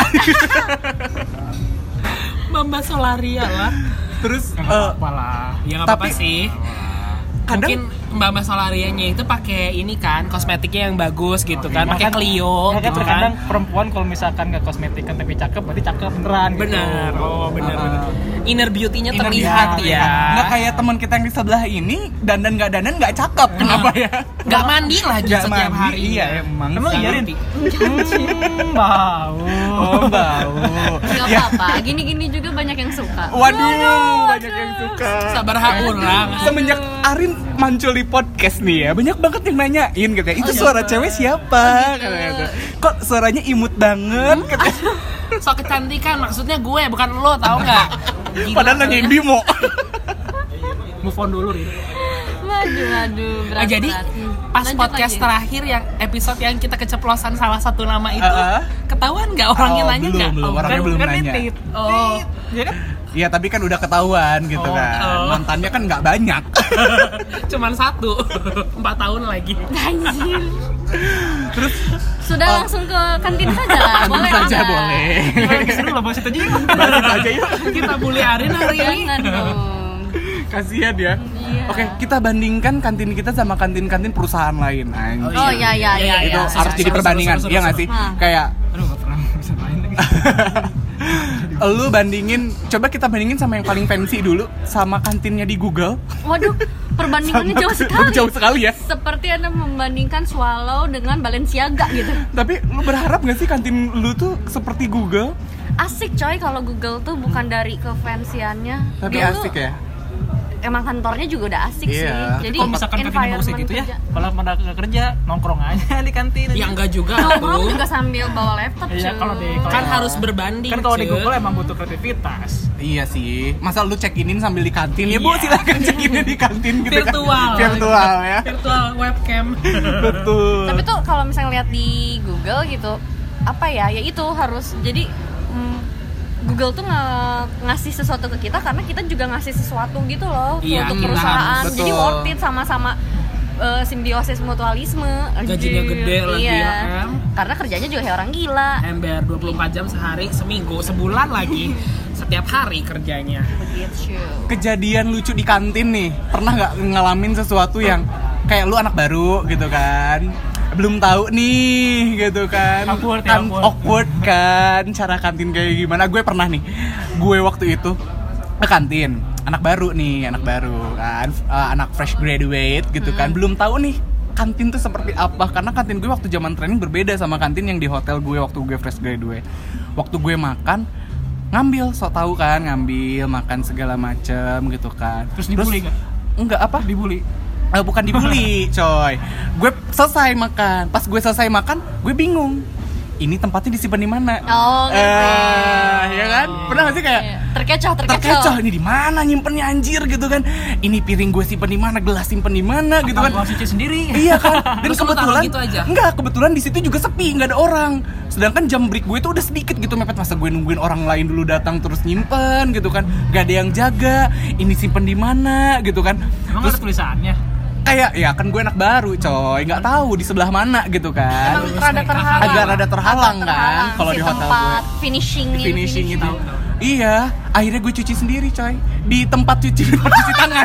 Mbak Solaria lah. Terus ya nggak apa-apa sih. Mungkin Mbak Solarianya itu pakai ini kan kosmetiknya yang bagus gitu kan, pakai Clio gitu kan. Terkadang perempuan kalau misalkan nggak kosmetikan tapi cakep berarti cakep beneran. Bener. Gitu. Bener. inner beauty-nya terlihat ya. Nggak kayak teman kita yang di sebelah ini dandan nggak cakep. Kenapa ya? Nggak mandi lagi setiap hari. Iya emang. Emang iya Rin? Bau. Oh bau. Nggak apa-apa. Gini-gini juga banyak yang suka. Waduh, banyak yang suka. Sabar orang. Semenjak Arin muncul di podcast nih ya, banyak banget yang nanyain katanya, itu suara cewek siapa? Katanya. Kok suaranya imut banget? Katanya. So kecantikan, maksudnya gue bukan lo, tau nggak? Padahal nanyain Bimo. Move on dulu Rin. Waduh, berat. Jadi pas Lanjut podcast lagi. terakhir yang episode yang kita keceplosan salah satu nama itu, ketahuan nggak orangnya nanya nggak? Belum, orangnya belum nanya. Oh, Iya kan? Iya tapi kan udah ketahuan gitu kan. Mantannya kan nggak banyak. cuman 1, 4 tahun lagi. Anjir. Terus Sudah langsung ke kantin saja lah. kantin Boleh saja nggak? boleh. Seru lah bahas itu aja yuk. Balik aja yuk. Kita bully Arin hari ini. Jangan dong. Kasihan ya. Iya. Oke, kita bandingkan kantin kita sama kantin-kantin perusahaan lain. Anjir. Oh iya. Itu Iya. harus jadi perbandingan, iya nggak sih? Hah. Kayak Aduh nggak pernah bisa main lagi. lu bandingin, coba kita bandingin sama yang paling fancy dulu, sama kantinnya di Google. Waduh, perbandingannya jauh sekali. Jauh sekali ya. Seperti Anda membandingkan Swallow dengan Balenciaga gitu. Tapi lu berharap nggak sih kantin lu tuh seperti Google? Asik coy kalau Google tuh bukan dari kefansiannya. Tapi Dia asik tuh ya. Emang kantornya juga udah asik Iya. sih. Jadi Kalau misalkan kantin bagus gitu ya, kalau pada kerja nongkrong aja di kantin. Ya enggak juga. nongkrong Bro. juga sambil bawa laptop Iya, cuy. kalau Kan harus berbanding. Kan kalau di cuy. Google emang butuh kreativitas. Iya sih. Masa lu check-inin sambil di kantin? Ya, Bu, Iya. silakan check-in di kantin gitu Virtual. kan. Virtual ya. Virtual webcam. Betul. Tapi tuh kalau misalnya lihat di Google gitu, apa ya? Ya itu harus jadi Google tuh ngasih sesuatu ke kita karena kita juga ngasih sesuatu gitu loh Iya, untuk kita perusahaan. harus. Jadi Betul. worth it sama-sama simbiosis mutualisme. Gajinya gede lagi iya. ya, Em. Karena kerjanya juga kayak orang gila. Ember 24 jam sehari, seminggu, sebulan lagi. Setiap hari kerjanya. Begitu. Kejadian lucu di kantin nih, pernah nggak ngalamin sesuatu yang kayak lu anak baru gitu kan, belum tahu nih gitu kan, Awkward ya, awkward kan cara kantin kayak gimana. Gue pernah nih, gue waktu itu ke kantin, anak baru kan, anak fresh graduate gitu kan, belum tahu nih kantin tuh seperti apa, karena kantin gue waktu zaman training berbeda sama kantin yang di hotel gue waktu gue fresh graduate. Waktu gue makan, ngambil, sok tahu kan, ngambil makan segala macem gitu kan. Terus dibully nggak? Enggak, apa? Dibully. Bukan dibully, coy. Gue selesai makan. Pas gue selesai makan, gue bingung. Ini tempatnya disimpan di mana? Oh, ngerti. Ya kan? Pernah nggak sih kayak terkecoh ini di mana nyimpennya anjir gitu kan? Ini piring gue simpen di mana, gelas simpen di mana gitu kan? Gua cuci sendiri. Iya kan? Dan Terus lu taruh kebetulan gitu aja? enggak, kebetulan di situ juga sepi, nggak ada orang. Sedangkan jam break gue tuh udah sedikit gitu mepet, masa gue nungguin orang lain dulu datang terus nyimpen gitu kan? Gak ada yang jaga. Ini simpen di mana gitu kan? Emang ada tulisannya? Kayak ya kan gue anak baru coy, nggak tahu di sebelah mana gitu kan. Emang rada terhalang. Agak rada terhalang kan kalau si di hotel tempat gue. finishing itu. Iya, akhirnya gue cuci sendiri coy di tempat cuci tangan.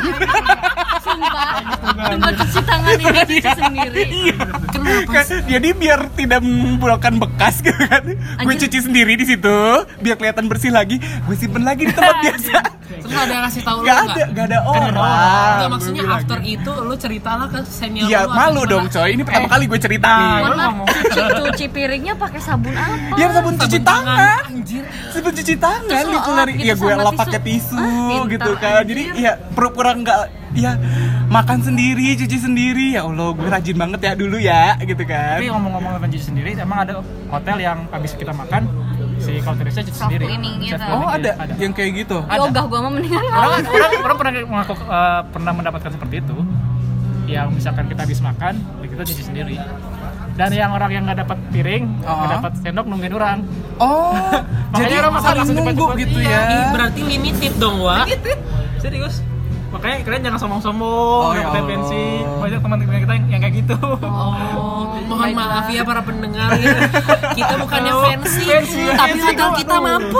Sumpah, tempat cuci tangan ini cuci sendiri. Kenapa sih? Jadi biar tidak menimbulkan bekas gitu kan, gue cuci sendiri di situ, biar kelihatan bersih lagi, gue simpen lagi di tempat biasa. Terus ada yang ngasih tahu lu Gak nggak? ada orang. Enggak, maksudnya Gue bilang after gitu. itu lu ceritalah ke senior Iya lu. malu atau dong gimana? coy, ini pertama kali gue cerita nih. Mohon maaf, cuci piringnya pakai sabun apa? Ya sabun cuci tangan. Anjir. Sabun cuci tangan Terus lo gitu lap dari gitu ya gue sama lap tisu. pakai tisu Pintar, gitu kan. Jadi anjir. ya pura-pura enggak ya makan sendiri, cuci sendiri. Ya Allah, gue rajin banget ya dulu ya gitu kan. Tapi ngomong-ngomong tentang cuci sendiri, emang ada hotel yang habis kita makan si counternya cuci Self sendiri. cleaning gitu. Self Oh, cleaning, ada yang kayak gitu. Yoga gue mah mendingan Orang pernah mengaku pernah mendapatkan seperti itu. Yang misalkan kita habis makan, ya kita cuci sendiri. Dan yang orang yang nggak dapat piring, nggak dapat sendok nungguin orang. Oh, jadi Makanya orang makan saling langsung nunggu cepet-cepet. gitu Iya. ya. Ih, berarti limited dong, Wak. Serius? Makanya kalian jangan sombong-sombong, ya dapetin Allah. pensi. Banyak teman-teman kita yang kayak gitu. Mohon maaf ya para pendengar ya. Kita bukannya fancy, tapi fancy hotel kok. kita mampu.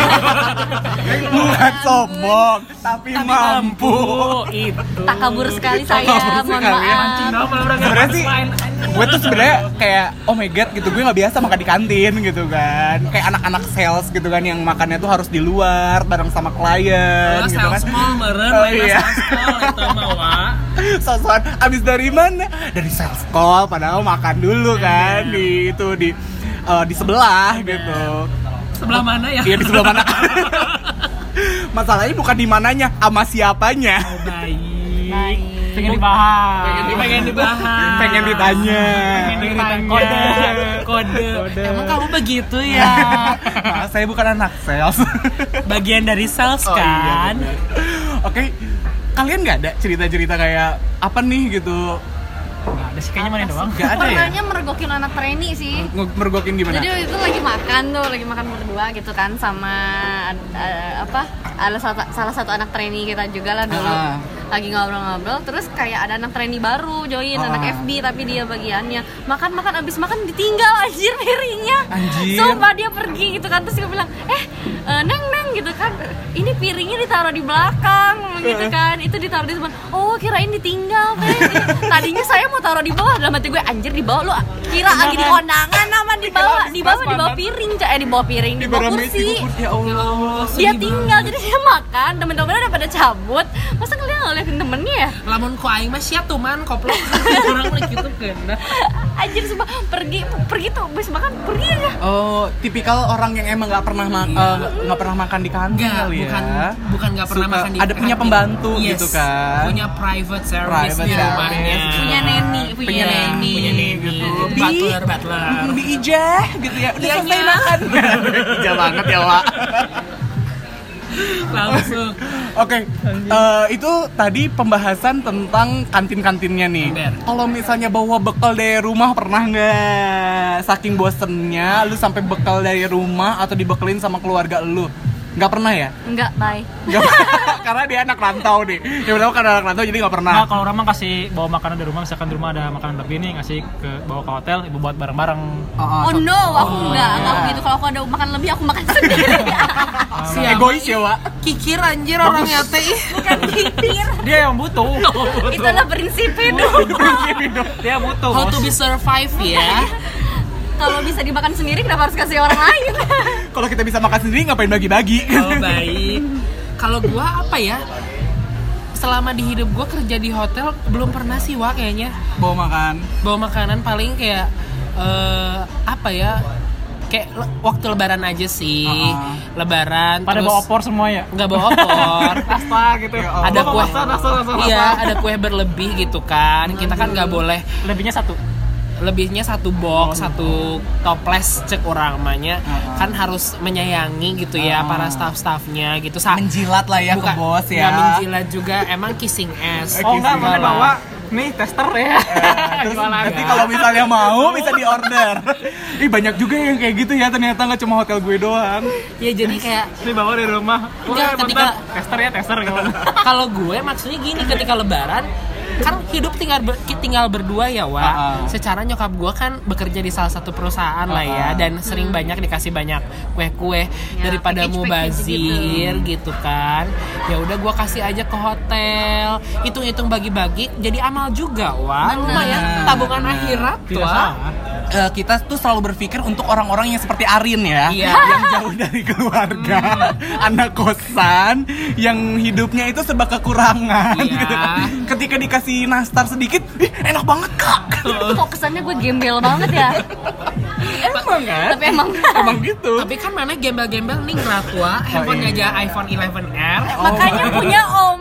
Bukan sombong, tapi mampu. Itu. Tak kabur sekali saya, mohon maaf. Sebenarnya sih, gue tuh sebenarnya kayak oh my god gitu, gue nggak biasa makan di kantin gitu kan, kayak anak-anak sales gitu kan yang makannya tuh harus di luar bareng sama klien gitu kan. Sales mall meren, Oh, main iya. sales mall itu mah Wak. Sosokan abis dari mana? Dari sales call, padahal makan dulu kan di itu di sebelah gitu. Sebelah mana ya? Iya di sebelah mana? Masalahnya bukan di mananya, sama siapanya. Baik. Pengen dibahas. Pengen dibahas. Pengen ditanya. Kode. Emang kamu begitu ya? Nah, saya bukan anak sales. Bagian dari sales Oh, iya, kan? bener. Oke, kalian nggak ada cerita-cerita kayak apa nih gitu? Nah, ada sih kayaknya mana doang. Nggak ada ya? Pernahnya mergokin anak trainee sih. Mergokin gimana? Jadi waktu itu lagi makan berdua gitu kan sama ada salah satu anak trainee kita juga lah dulu. Lagi ngobrol-ngobrol terus kayak ada anak trainee baru join, anak FB tapi dia bagiannya makan abis makan ditinggal anjir piringnya. Anjir. Sumpah dia pergi gitu kan, terus dia bilang neng gitu kan, ini piringnya ditaruh di belakang gitu kan, itu ditaruh di depan. Oh kirain ditinggal teh. Tadinya saya mau taruh di bawah, dalam hati gue anjir di bawah lu kira lagi di kondangan sama di bawah piring di bawah piring di bawah kursi. Ya Allah. Dia tinggal jadi dia makan, temen-temennya udah pada cabut. Masa kalian nggak liatin temennya ya? Lamun ku aing mah sia tuh man koplok. Orang mah gitu kan. Anjir sumpah pergi tuh habis makan pergi aja. Oh, tipikal orang yang emang nggak pernah makan di kantin Enggak, kali ya. bukan nggak pernah Suka- makan di ada punya kantin. pembantu Yes, gitu kan. Punya private service Private di service. rumahnya. Punya neni, punya neni. gitu. Butler. Di ijah gitu ya. Udah selesai makan. Ijah banget ya, Wak. Langsung. Oke, itu tadi pembahasan tentang kantin-kantinnya nih. Ember. Kalau misalnya bawa bekal dari rumah pernah nggak? Saking bosennya, lu sampai bekal dari rumah atau dibekelin sama keluarga lu? Nggak pernah ya? Enggak, bye. Nggak, karena dia anak rantau nih. Ya udah karena anak rantau jadi nggak pernah. Nah, kalau orang mah kasih bawa makanan dari rumah, misalkan di rumah ada makanan lebih nih, ngasih bawa ke hotel, ibu buat bareng-bareng. Oh no, aku enggak gitu. Kalau aku ada makan lebih aku makan sendiri. Egois ya, Wak. Kikir anjir orangnya teh. Bukan kikir. Dia yang butuh. Itulah prinsip hidup. Dia butuh. How Bos. to be survive ya. Kalau bisa dimakan sendiri kenapa harus kasih orang lain? Kalau kita bisa makan sendiri ngapain bagi-bagi? Oh baik. Kalau gua apa ya? Selama di hidup gua kerja di hotel belum pernah sih Wak kayaknya Bawa makan. bawa makanan, paling kayak apa ya? Kayak waktu lebaran aja sih. Lebaran Pada terus bawa opor semua ya. nggak bawa opor. Pasta gitu. Ada kue. Pasta. Iya, ada kue berlebih gitu kan. Kita kan nggak boleh Lebihnya satu. lebihnya satu box, satu toples cek orang namanya kan harus menyayangi gitu ya para staff-staffnya gitu. Menjilat lah ya ke bos ya. Nggak menjilat juga, emang kissing ass. Oh enggak, mana bawa nih tester ya. Terus nanti kalau misalnya mau bisa di order. Ih banyak juga yang kayak gitu ya, ternyata nggak cuma hotel gue doang. Ya jadi kayak Ini bawa dari rumah. Enggak, ketika- tester gitu. kalau gue maksudnya gini, ketika lebaran kan hidup tinggal berdua ya Wak. Secara nyokap gue kan bekerja di salah satu perusahaan lah ya, dan sering banyak dikasih banyak kue-kue daripada mubazir gitu kan. Ya udah gue kasih aja ke hotel, hitung-hitung bagi-bagi jadi amal juga Wak. Lumayan tabungan akhirat Tidak Wak. salah. Kita tuh selalu berpikir untuk orang-orang yang seperti Arin ya, Iya. yang jauh dari keluarga, anak kosan, yang hidupnya itu serba kekurangan. Iya. Gitu. Ketika dikasih nastar sedikit, enak banget kak. Kok kesannya gue gembel banget ya? Emang kan? Tapi emang Emang gitu. Tapi kan mana gembel-gembel nih Wak. Handphonenya aja iPhone 11R. makanya punya om.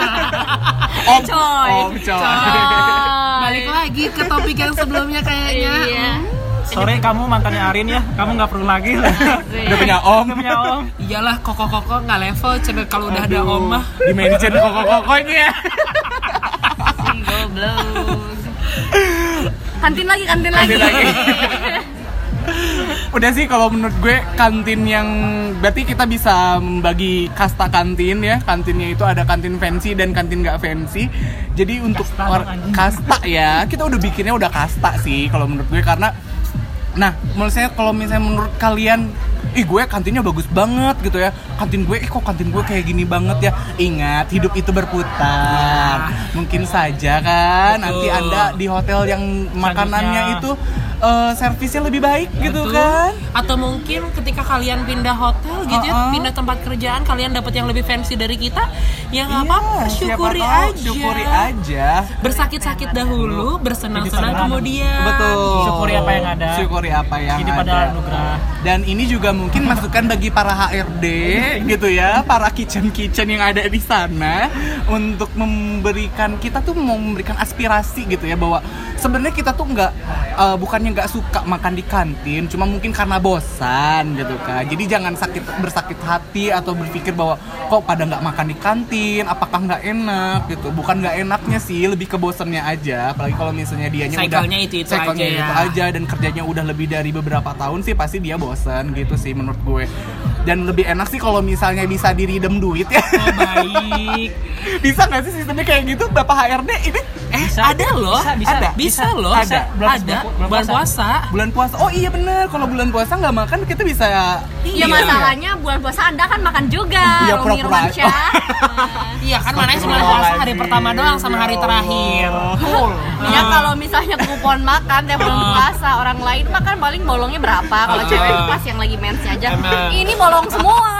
Om, coy. Om, coy. Balik lagi ke topik yang sebelumnya kayaknya. Iya. Sore kamu mantannya Arin ya, kamu nggak perlu lagi lah. Udah punya om. Udah punya om. Iyalah koko-koko nggak level cenah kalau udah ada om mah. Di mention koko-kokonya. Si goblok. Kantin lagi. Lanjut lagi. Udah sih kalau menurut gue kantin yang berarti kita bisa membagi kasta kantin ya. Kantinnya itu ada kantin fancy dan kantin nggak fancy. Jadi untuk kasta ya, kita udah bikinnya udah kasta sih kalau menurut gue karena menurut saya kalau misalnya menurut kalian gue kantinnya bagus banget gitu ya. Kantin gue, kok kantin gue kayak gini banget ya. Ingat, hidup itu berputar. Mungkin saja kan nanti Anda di hotel yang makanannya itu servisnya lebih baik gitu kan. Atau mungkin ketika kalian pindah hotel gitu ya, pindah tempat kerjaan, kalian dapat yang lebih fancy dari kita, ya nggak apa-apa, syukuri aja. Bersakit-sakit dahulu, bersenang-senang kemudian. Betul. Syukuri apa yang ada. Ini pada anugerah. Dan ini juga mungkin masukan bagi para HRD gitu ya, para kitchen yang ada di sana untuk memberikan aspirasi gitu ya, bahwa sebenarnya kita tuh bukannya nggak suka makan di kantin, cuma mungkin karena bosan gitu kan. Jadi jangan bersakit hati atau berpikir bahwa kok pada nggak makan di kantin, apakah nggak enak gitu. Bukan nggak enaknya sih, lebih ke bosannya aja. Apalagi kalau misalnya dianya cycle-nya itu aja dan kerjanya udah lebih dari beberapa tahun sih, pasti dia bosan gitu sih menurut gue. Dan lebih enak sih kalau misalnya bisa diridem duit ya. Oh, baik. Bisa nggak sih sistemnya kayak gitu, Bapak HRD ini? Ada loh. Bisa loh. Ada. Bulan puasa. Oh iya bener, kalau bulan puasa nggak makan kita bisa. Iya, masalahnya bulan puasa Anda kan makan juga. Iya, Romi Romansyah. Iya kan, mana bulan puasa hari pertama doang sama hari terakhir. Ya kalau misalnya kupon makan tiap bulan puasa, orang lain makan paling bolongnya berapa? Kalau cewek itu pas yang lagi mensnya aja. Ini bolong semua.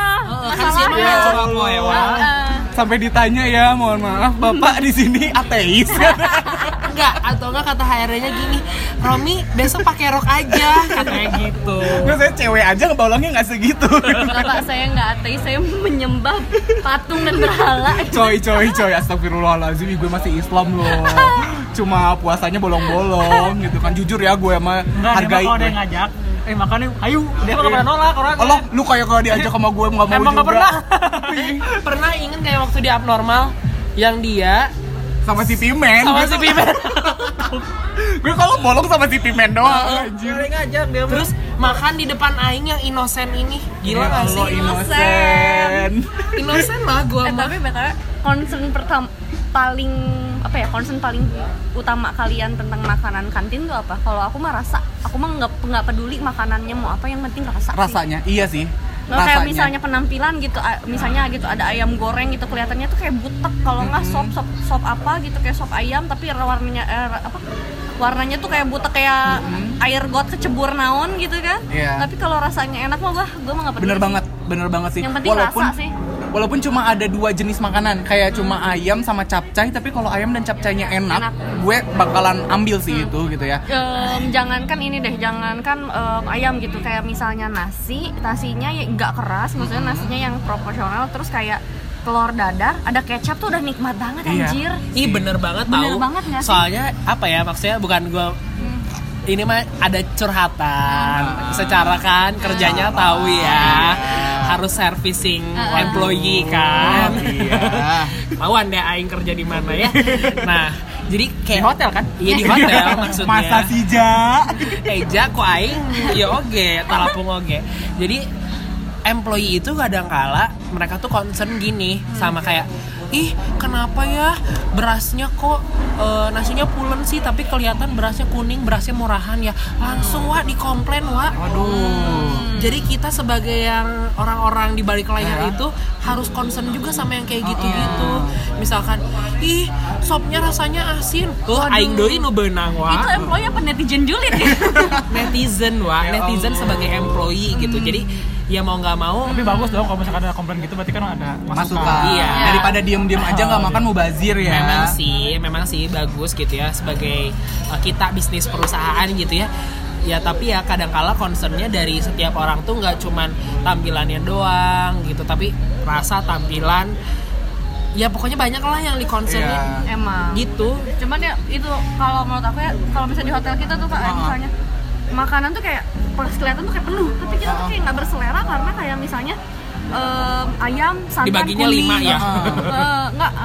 Masalahnya. Sampai ditanya ya, mohon maaf Bapak di sini ateis. Enggak, atau enggak kata HRD-nya gini, Romi besok pakai rok aja, katanya gitu. Nggak, saya cewek aja ngebolongnya nggak segitu. Bapak saya nggak ateis, saya menyembah patung dan berhala. Coy, astagfirullahaladzim, gue masih Islam loh. Cuma puasanya bolong-bolong gitu kan. Jujur ya, gue mah hargai. Kalau dia ngajak, makannya ayo, dia mah nggak pernah nolak orangnya. Allah, lu kayak kalau diajak sama gue nggak mau emang juga. Emang nggak pernah. Pernah inget kayak waktu di Abnormal yang dia sama si Pimen. Gue kalau bolong sama si Pimen doang. Anjir. Ngajak dia. Terus makan di depan aing yang inosen ini. Gila enggak sih? Inosen lah gue mah. Tapi betul concern concern paling utama kalian tentang makanan kantin tuh apa? Kalau aku mah rasa. Aku mah nggak peduli makanannya mau apa, yang penting rasanya. Iya sih. Kayak misalnya penampilan gitu, misalnya gitu ada ayam goreng gitu, kelihatannya tuh kayak butek, kalau nggak sop apa gitu, kayak sop ayam tapi warnanya tuh kayak butek, kayak air got kecebur naon gitu kan. Tapi kalau rasanya enak mah gue mah nggak peduli. Bener banget sih. Yang penting rasa sih. Walaupun cuma ada 2 jenis makanan, kayak cuma ayam sama capcay, tapi kalau ayam dan capcaynya enak, gue bakalan ambil sih itu gitu ya. Jangankan ayam gitu, kayak misalnya nasinya ya nggak keras, maksudnya nasinya yang proporsional, terus kayak telur dadar, ada kecap tuh udah nikmat banget anjir. Ih bener banget tau. Bener banget nggak sih? Soalnya apa ya, maksudnya bukan gue ini mah ada curhatan. Secara kan kerjanya tahu ya, harus servicing employee kan. Tahuan deh aing kerja di mana ya. Nah, jadi kayak di hotel kan? Iya di hotel maksudnya. Masa sih Ja kok aing ya oge, talapung oge. Jadi employee itu kadang-kala mereka tuh concern gini sama kayak, ih kenapa ya berasnya kok nasinya pulen sih tapi kelihatan berasnya kuning, berasnya murahan ya. Langsung dikomplain Waduh. Jadi kita sebagai yang orang-orang di balik layar itu harus concern juga sama yang kayak gitu-gitu. Misalkan, ih sopnya rasanya asin. Aing deui nu beunang Itu employee apa netizen julid ya? Netizen netizen sebagai employee gitu. Jadi ya mau nggak mau. Tapi bagus dong kalau misalkan ada komplain gitu, berarti kan ada masukan. Iya. Daripada diem aja nggak makan mubazir ya. Memang sih bagus gitu ya sebagai kita bisnis perusahaan gitu ya. Ya tapi ya kadang-kala concernnya dari setiap orang tuh nggak cuman tampilannya doang gitu, tapi rasa, tampilan, ya pokoknya banyak lah yang dikonsernin. Emang gitu. Cuman ya itu kalau menurut aku ya, kalau misalnya di hotel kita tuh misalnya makanan tuh kayak pas kelihatan tuh kayak penuh, tapi kita tuh kayak nggak berselera karena kayak misalnya ayam santan dibaginya kuning, 5 ya.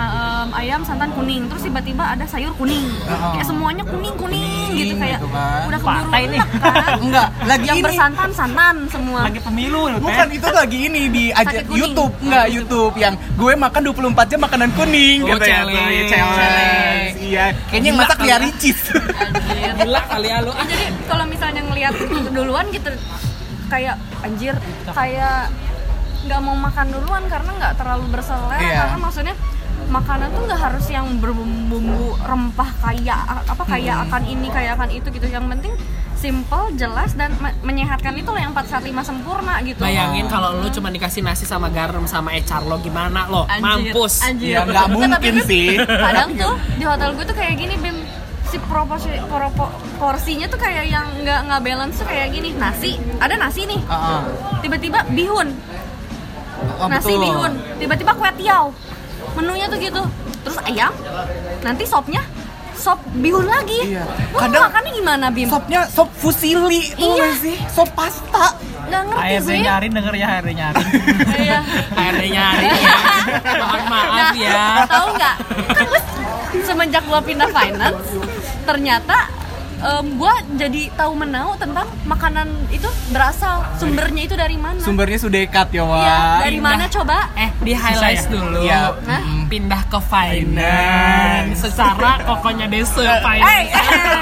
ayam santan kuning, terus tiba-tiba ada sayur kuning, kayak semuanya kuning gitu kayak gitu kan. udah keburu ini. enak kan. Enggak, lagi yang ini. bersantan semua. Lagi pemilu loh, Bukan, itu lagi ini di Sakit kuning. YouTube, enggak YouTube yang gue makan 24 jam makanan kuning Oh, gitu ya. Challenge. Iya, kayaknya yang masak Lia Ricis. Anjir. Gila kali ya lu. Jadi kalau misalnya ngelihat duluan gitu kayak anjir, kayak nggak mau makan duluan karena nggak terlalu berselera. Iya. Karena maksudnya makanan tuh nggak harus yang berbumbu rempah kayak akan ini kayak akan itu gitu. Yang penting simple, jelas dan menyehatkan, itu loh yang 4 sehat 5 sempurna gitu. Bayangin kalau lu cuma dikasih nasi sama garam sama ecar lo gimana lo? Anjir, Mampus. anjir. Ya nggak mungkin sih. Kadang tuh di hotel gue tuh kayak gini, Bim, si porsinya tuh kayak yang nggak balance tuh kayak gini. Nasi, ada nasi nih, tiba-tiba bihun, nasi Betul. bihun, tiba-tiba kue tiaw, menunya tuh gitu. Terus ayam, nanti sopnya sop bihun lagi. Iya. Lu Kadang makannya gimana, Bim? Sopnya sop fusilli, tuh Iya. nggak sih? Sop pasta. Nggak ngerti HRD sih. nyarin denger ya, HRD nyarin. Iya. Akhirnya nyari ya. Mohon maaf ya. Tahu nggak? Kan gue semenjak gue pindah finance, ternyata gue jadi tahu menau tentang makanan itu berasal, sumbernya itu dari mana? Sumbernya Sudekat ya, Wak. Iya, dari mana coba? Di highlight dulu. Iya. Hah? Pindah ke finance. Secara kokonya desa finance.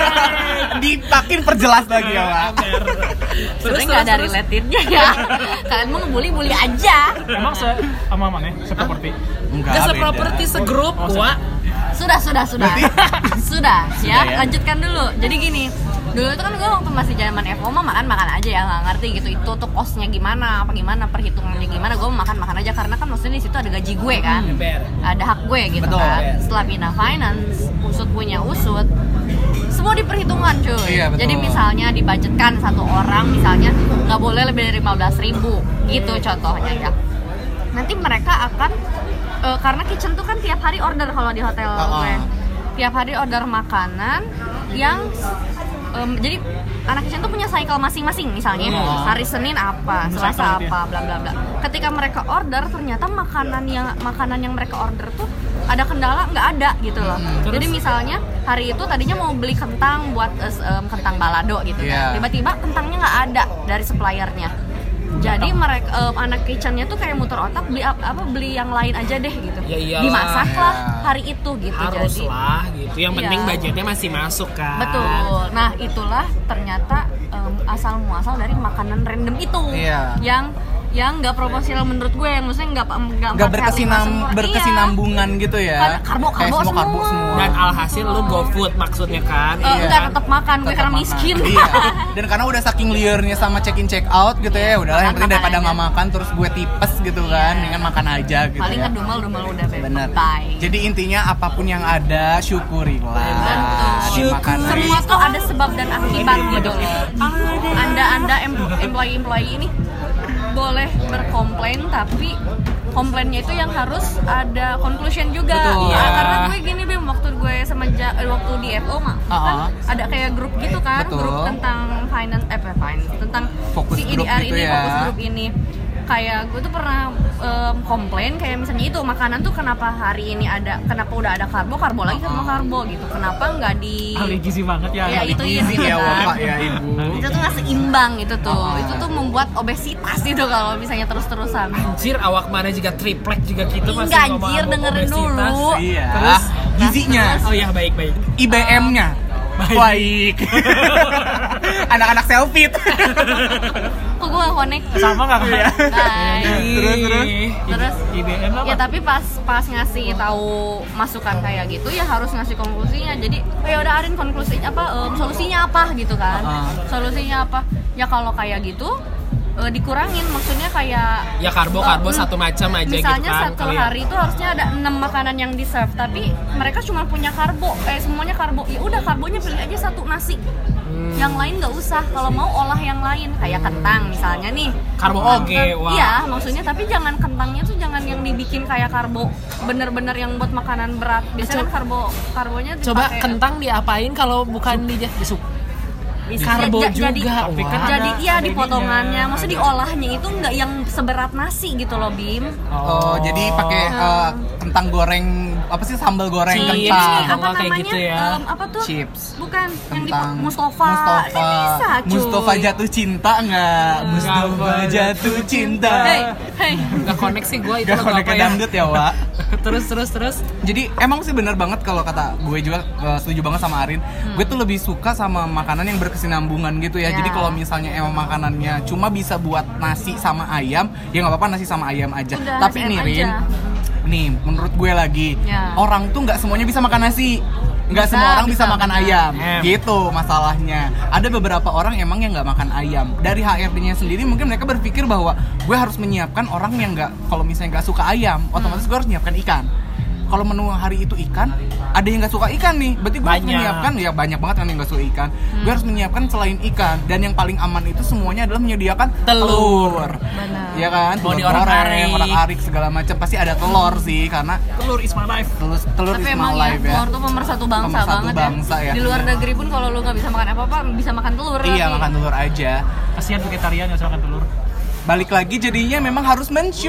Dipakin perjelas lagi ya, Wak. Sebenarnya nggak ada relate-nya ya. Kalian mau ngebully aja. Emang sama mana? Seproperti. Enggak, Gak beda. seproperti segrup, Wak. Sudah. Sudah, ya. ya? Lanjutkan dulu. Jadi gini, dulu itu kan gue waktu masih zaman FO mah makan aja ya, nggak ngerti gitu itu tuh kosnya gimana, perhitungannya gimana. Gue makan aja karena kan maksudnya di situ ada gaji gue kan, ada hak gue gitu. Betul. Kan. Setelah pindah finance, usut punya usut, semua diperhitungkan cuy. Iya, betul. Jadi misalnya dibudgetkan satu orang misalnya nggak boleh lebih dari 15.000 gitu contohnya ya. Nanti mereka akan karena kitchen tuh kan tiap hari order kalau di hotel gue. Tiap hari order makanan yang jadi anak kitchen tuh punya cycle masing-masing misalnya. Hari Senin apa, Selasa apa, bla bla bla. Ketika mereka order ternyata makanan yang mereka order tuh ada kendala, nggak ada gitu loh. Jadi misalnya hari itu tadinya mau beli kentang buat kentang balado gitu kan. Tiba-tiba kentangnya nggak ada dari suppliernya. Jadi mereka anak kitchennya tuh kayak muter otak beli yang lain aja deh gitu. Ya iyalah. Dimasaklah hari itu gitu. Haruslah gitu. Yang penting Iya. budgetnya masih masuk kan. Betul. Nah itulah ternyata asal muasal dari makanan random itu. Iya. Yang nggak proporsional menurut gue, maksudnya nggak berkesinambungan gitu ya. Kan karbo Kayak semua. Dan alhasil lu go food maksudnya kan. Enggak, tetap makan gue karena miskin. Iya. Dan karena udah saking liarnya sama check in check out gitu ya, udahlah yang penting Makan daripada aja. nggak makan terus gue tipes gitu kan, dengan makan aja gitu. Paling ya. ngedumel udah Bener. bye. Jadi intinya apapun yang ada syukurilah. Betul. Di makanan. Semua tuh ada sebab dan akibat gitu loh. Anda employee ini boleh berkomplain, tapi komplainnya itu yang harus ada conclusion juga. Betul. Karena gue gini Bim, waktu gue waktu di FO mah kan ada kayak grup gitu kan. Betul. Grup tentang finance tentang Fokus si group IDR gitu ini, ya. fokus grup ini. Kayak gue tuh pernah komplain kayak misalnya itu makanan tuh kenapa hari ini kenapa udah ada karbo lagi sama karbo gitu, kenapa nggak di Ahli gizi banget ya. ya itu ya Gizi ya Bapak ya Ibu. itu tuh nggak seimbang itu tuh membuat obesitas itu kalau misalnya terus-terusan. Anjir, awak mana juga triplek juga gitu masih Enggak, ngomong anjir, dengerin dulu. Iya. Terus Gizinya, oh ya baik. IBM-nya baik. Anak-anak selfie. Kok gue nggak connect? Sama nggak ya? Bye. Terus IBM apa? ya tapi pas ngasih tahu masukan kayak gitu ya harus ngasih konklusinya. Jadi ya udah Arin konklusinya solusinya apa gitu kan. Solusinya apa? Ya kalau kayak gitu dikurangin, maksudnya kayak Ya karbo satu macam aja gitu kan. misalnya satu hari itu harusnya ada 6 makanan yang di serve, tapi mereka cuma punya semuanya karbo. Ya udah karbonya pilih aja satu nasi. Yang lain nggak usah. Kalau mau olah yang lain kayak kentang misalnya nih. Karbo oge, wah. Iya, maksudnya tapi jangan kentangnya tuh jangan yang dibikin kayak karbo bener-bener yang buat makanan berat. Biasanya kan karbonya Coba dipakai- kentang diapain kalau bukan di sup? Karbo juga. Jadi iya di potongannya, maksudnya diolahnya itu nggak yang seberat nasi gitu loh Bim. Oh, jadi pakai kentang goreng apa sih, sambal goreng Chips, kentang. apa kayak gitu ya. Apa tuh? Chips. Bukan yang di Kentang. Mustafa. Bisa, cuy. Mustafa jatuh cinta nggak? Mustafa jatuh cinta. Hey. Gak connect sih gue itu Gak lagu connect apa ke ya. dangdut ya, Wak. Terus. Jadi emang sih benar banget kalau kata gue juga, setuju banget sama Arin. Gue tuh lebih suka sama makanan yang berkesinambungan gitu ya. Jadi kalau misalnya emang makanannya cuma bisa buat nasi sama ayam, ya nggak apa-apa nasi sama ayam aja. Udah, Tapi nasi nih ayam Rin, aja. nih menurut gue lagi, orang tuh nggak semuanya bisa makan nasi. Nggak semua orang bisa makan ayam, gitu masalahnya. Ada beberapa orang emang yang nggak makan ayam. Dari HRD-nya sendiri mungkin mereka berpikir bahwa gue harus menyiapkan orang yang nggak, kalau misalnya nggak suka ayam, otomatis gue harus menyiapkan ikan. Kalau menu hari itu ikan, ada yang nggak suka ikan nih, berarti gue harus menyiapkan, ya banyak banget kan yang nggak suka ikan. Gue harus menyiapkan selain ikan, dan yang paling aman itu semuanya adalah menyediakan telur. Ya kan, mau di orak-arik segala macam pasti ada telur sih, karena Telur is my life. telur Tapi is emang my life ya. telur tuh pemersatu bangsa banget bangsa, ya. Di luar negeri pun kalau lu nggak bisa makan apa-apa, bisa makan telur. Iya, makan telur aja. Kasihan vegetarian yang makan telur. Balik lagi jadinya memang harus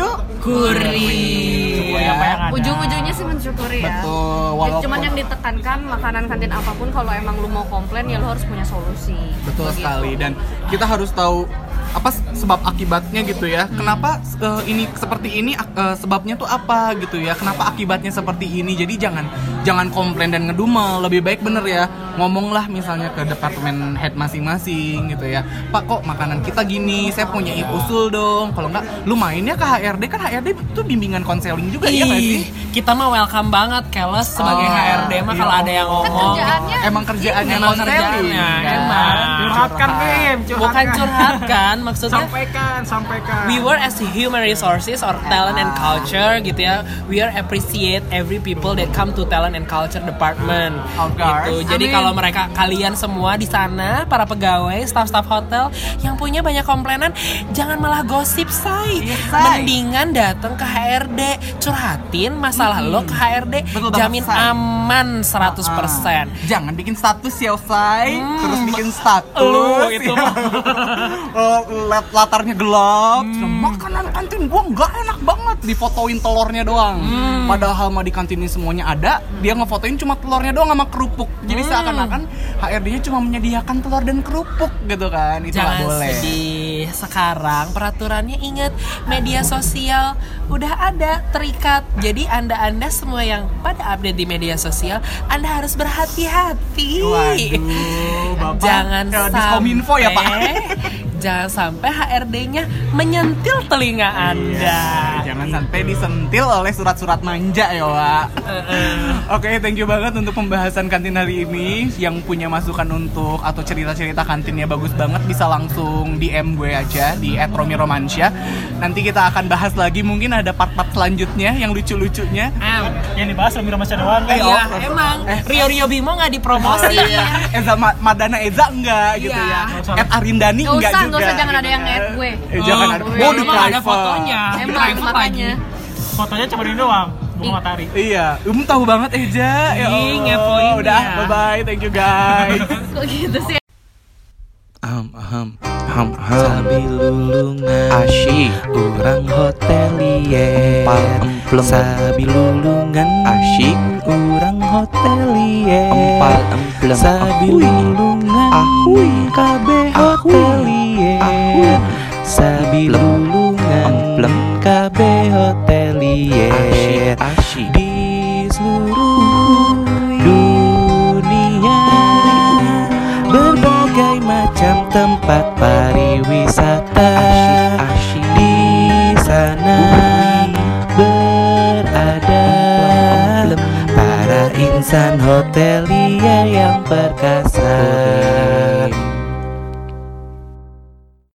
mensyukuri. Ya. Ujung-ujungnya sih mensyukuri ya. Betul, walaupun Cuman yang ditekankan makanan kantin apapun, kalau emang lu mau komplain ya lu harus punya solusi. betul Begitu. sekali, dan kita harus tahu apa sebab akibatnya gitu ya. Kenapa ini seperti ini, sebabnya tuh apa gitu ya. Kenapa akibatnya seperti ini. Jadi jangan komplain dan ngedumel. Lebih baik bener ya ngomonglah misalnya ke departemen head masing-masing gitu ya. Pak, kok makanan kita gini, saya punya usul dong. Kalau enggak lu mainnya ke HRD, kan HRD itu bimbingan konseling juga ya nggak sih? Kita mah welcome banget Keles sebagai HRD mah kalau ada yang ngomong. Emang kerjaannya Emang konseling. kerjaannya, kan? emang. Curhatkan, Bim. Bukan curhat kan, maksudnya Sampaikan. we work as human resources or talent and culture gitu ya. We are appreciate every people that come to talent and culture department. Of course. Gitu. Jadi kalau kalian semua di sana, para pegawai, staff-staff hotel yang punya banyak komplainan, jangan malah gosip, say. Mendingan datang ke HRD, curhatin masalah lo ke HRD. Betul banget, jamin say. aman 100%. Jangan bikin status ya, Say. Terus bikin status. Lu itu ya. Latarnya gelap. Makanan kantin gua nggak enak banget. Difotoin telurnya doang. Padahal mah di kantin ini semuanya ada. Dia ngefotoin cuma telurnya doang sama kerupuk. Jadi seakan-akan HRD-nya cuma menyediakan telur dan kerupuk gitu kan. Itu nggak Jangan boleh. sedih. Sekarang peraturannya, ingat, media sosial udah ada, terikat. Jadi anda semua yang pada update di media sosial, Anda harus berhati-hati. Waduh, Bapak. Jangan Diskominfo ya, Pak. Jangan sampai HRD-nya menyentil telinga Anda. Jangan sampai disentil oleh surat-surat manja ya, Wak. Oke, thank you banget untuk pembahasan kantin hari ini. Yang punya masukan untuk atau cerita-cerita kantinnya bagus banget, bisa langsung DM gue aja di @romiromansyah. Nanti kita akan bahas lagi, mungkin ada part-part selanjutnya yang lucu-lucunya. Yang dibahas Romi Romansyah doang kan? Iya, emang Rio Bimo nggak dipromosi. Eza Madana Eza enggak gitu ya. Arindani enggak juga. Nggak usah, jangan ada yang nge-add gue. Jangan ada. Oh, di emang ada private. fotonya. Emang Private makanya. Fotonya cuma ini doang, bunga matahari. Iya, tahu banget Eja. Ya Ih, Allah. ngepoin Udah, ya. bye-bye. Thank you guys. Kok gitu sih? Sabi lulungan asyik urang hotelier emplem sabi lulungan asyik urang hotelier emplem sabi lulungan ahui kabeh hotelier sabi lulungan emplem kabeh hotelier asyik di seluruh dunia berbagai macam tempat pariwisata di sana berada para insan hotelier yang perkasa.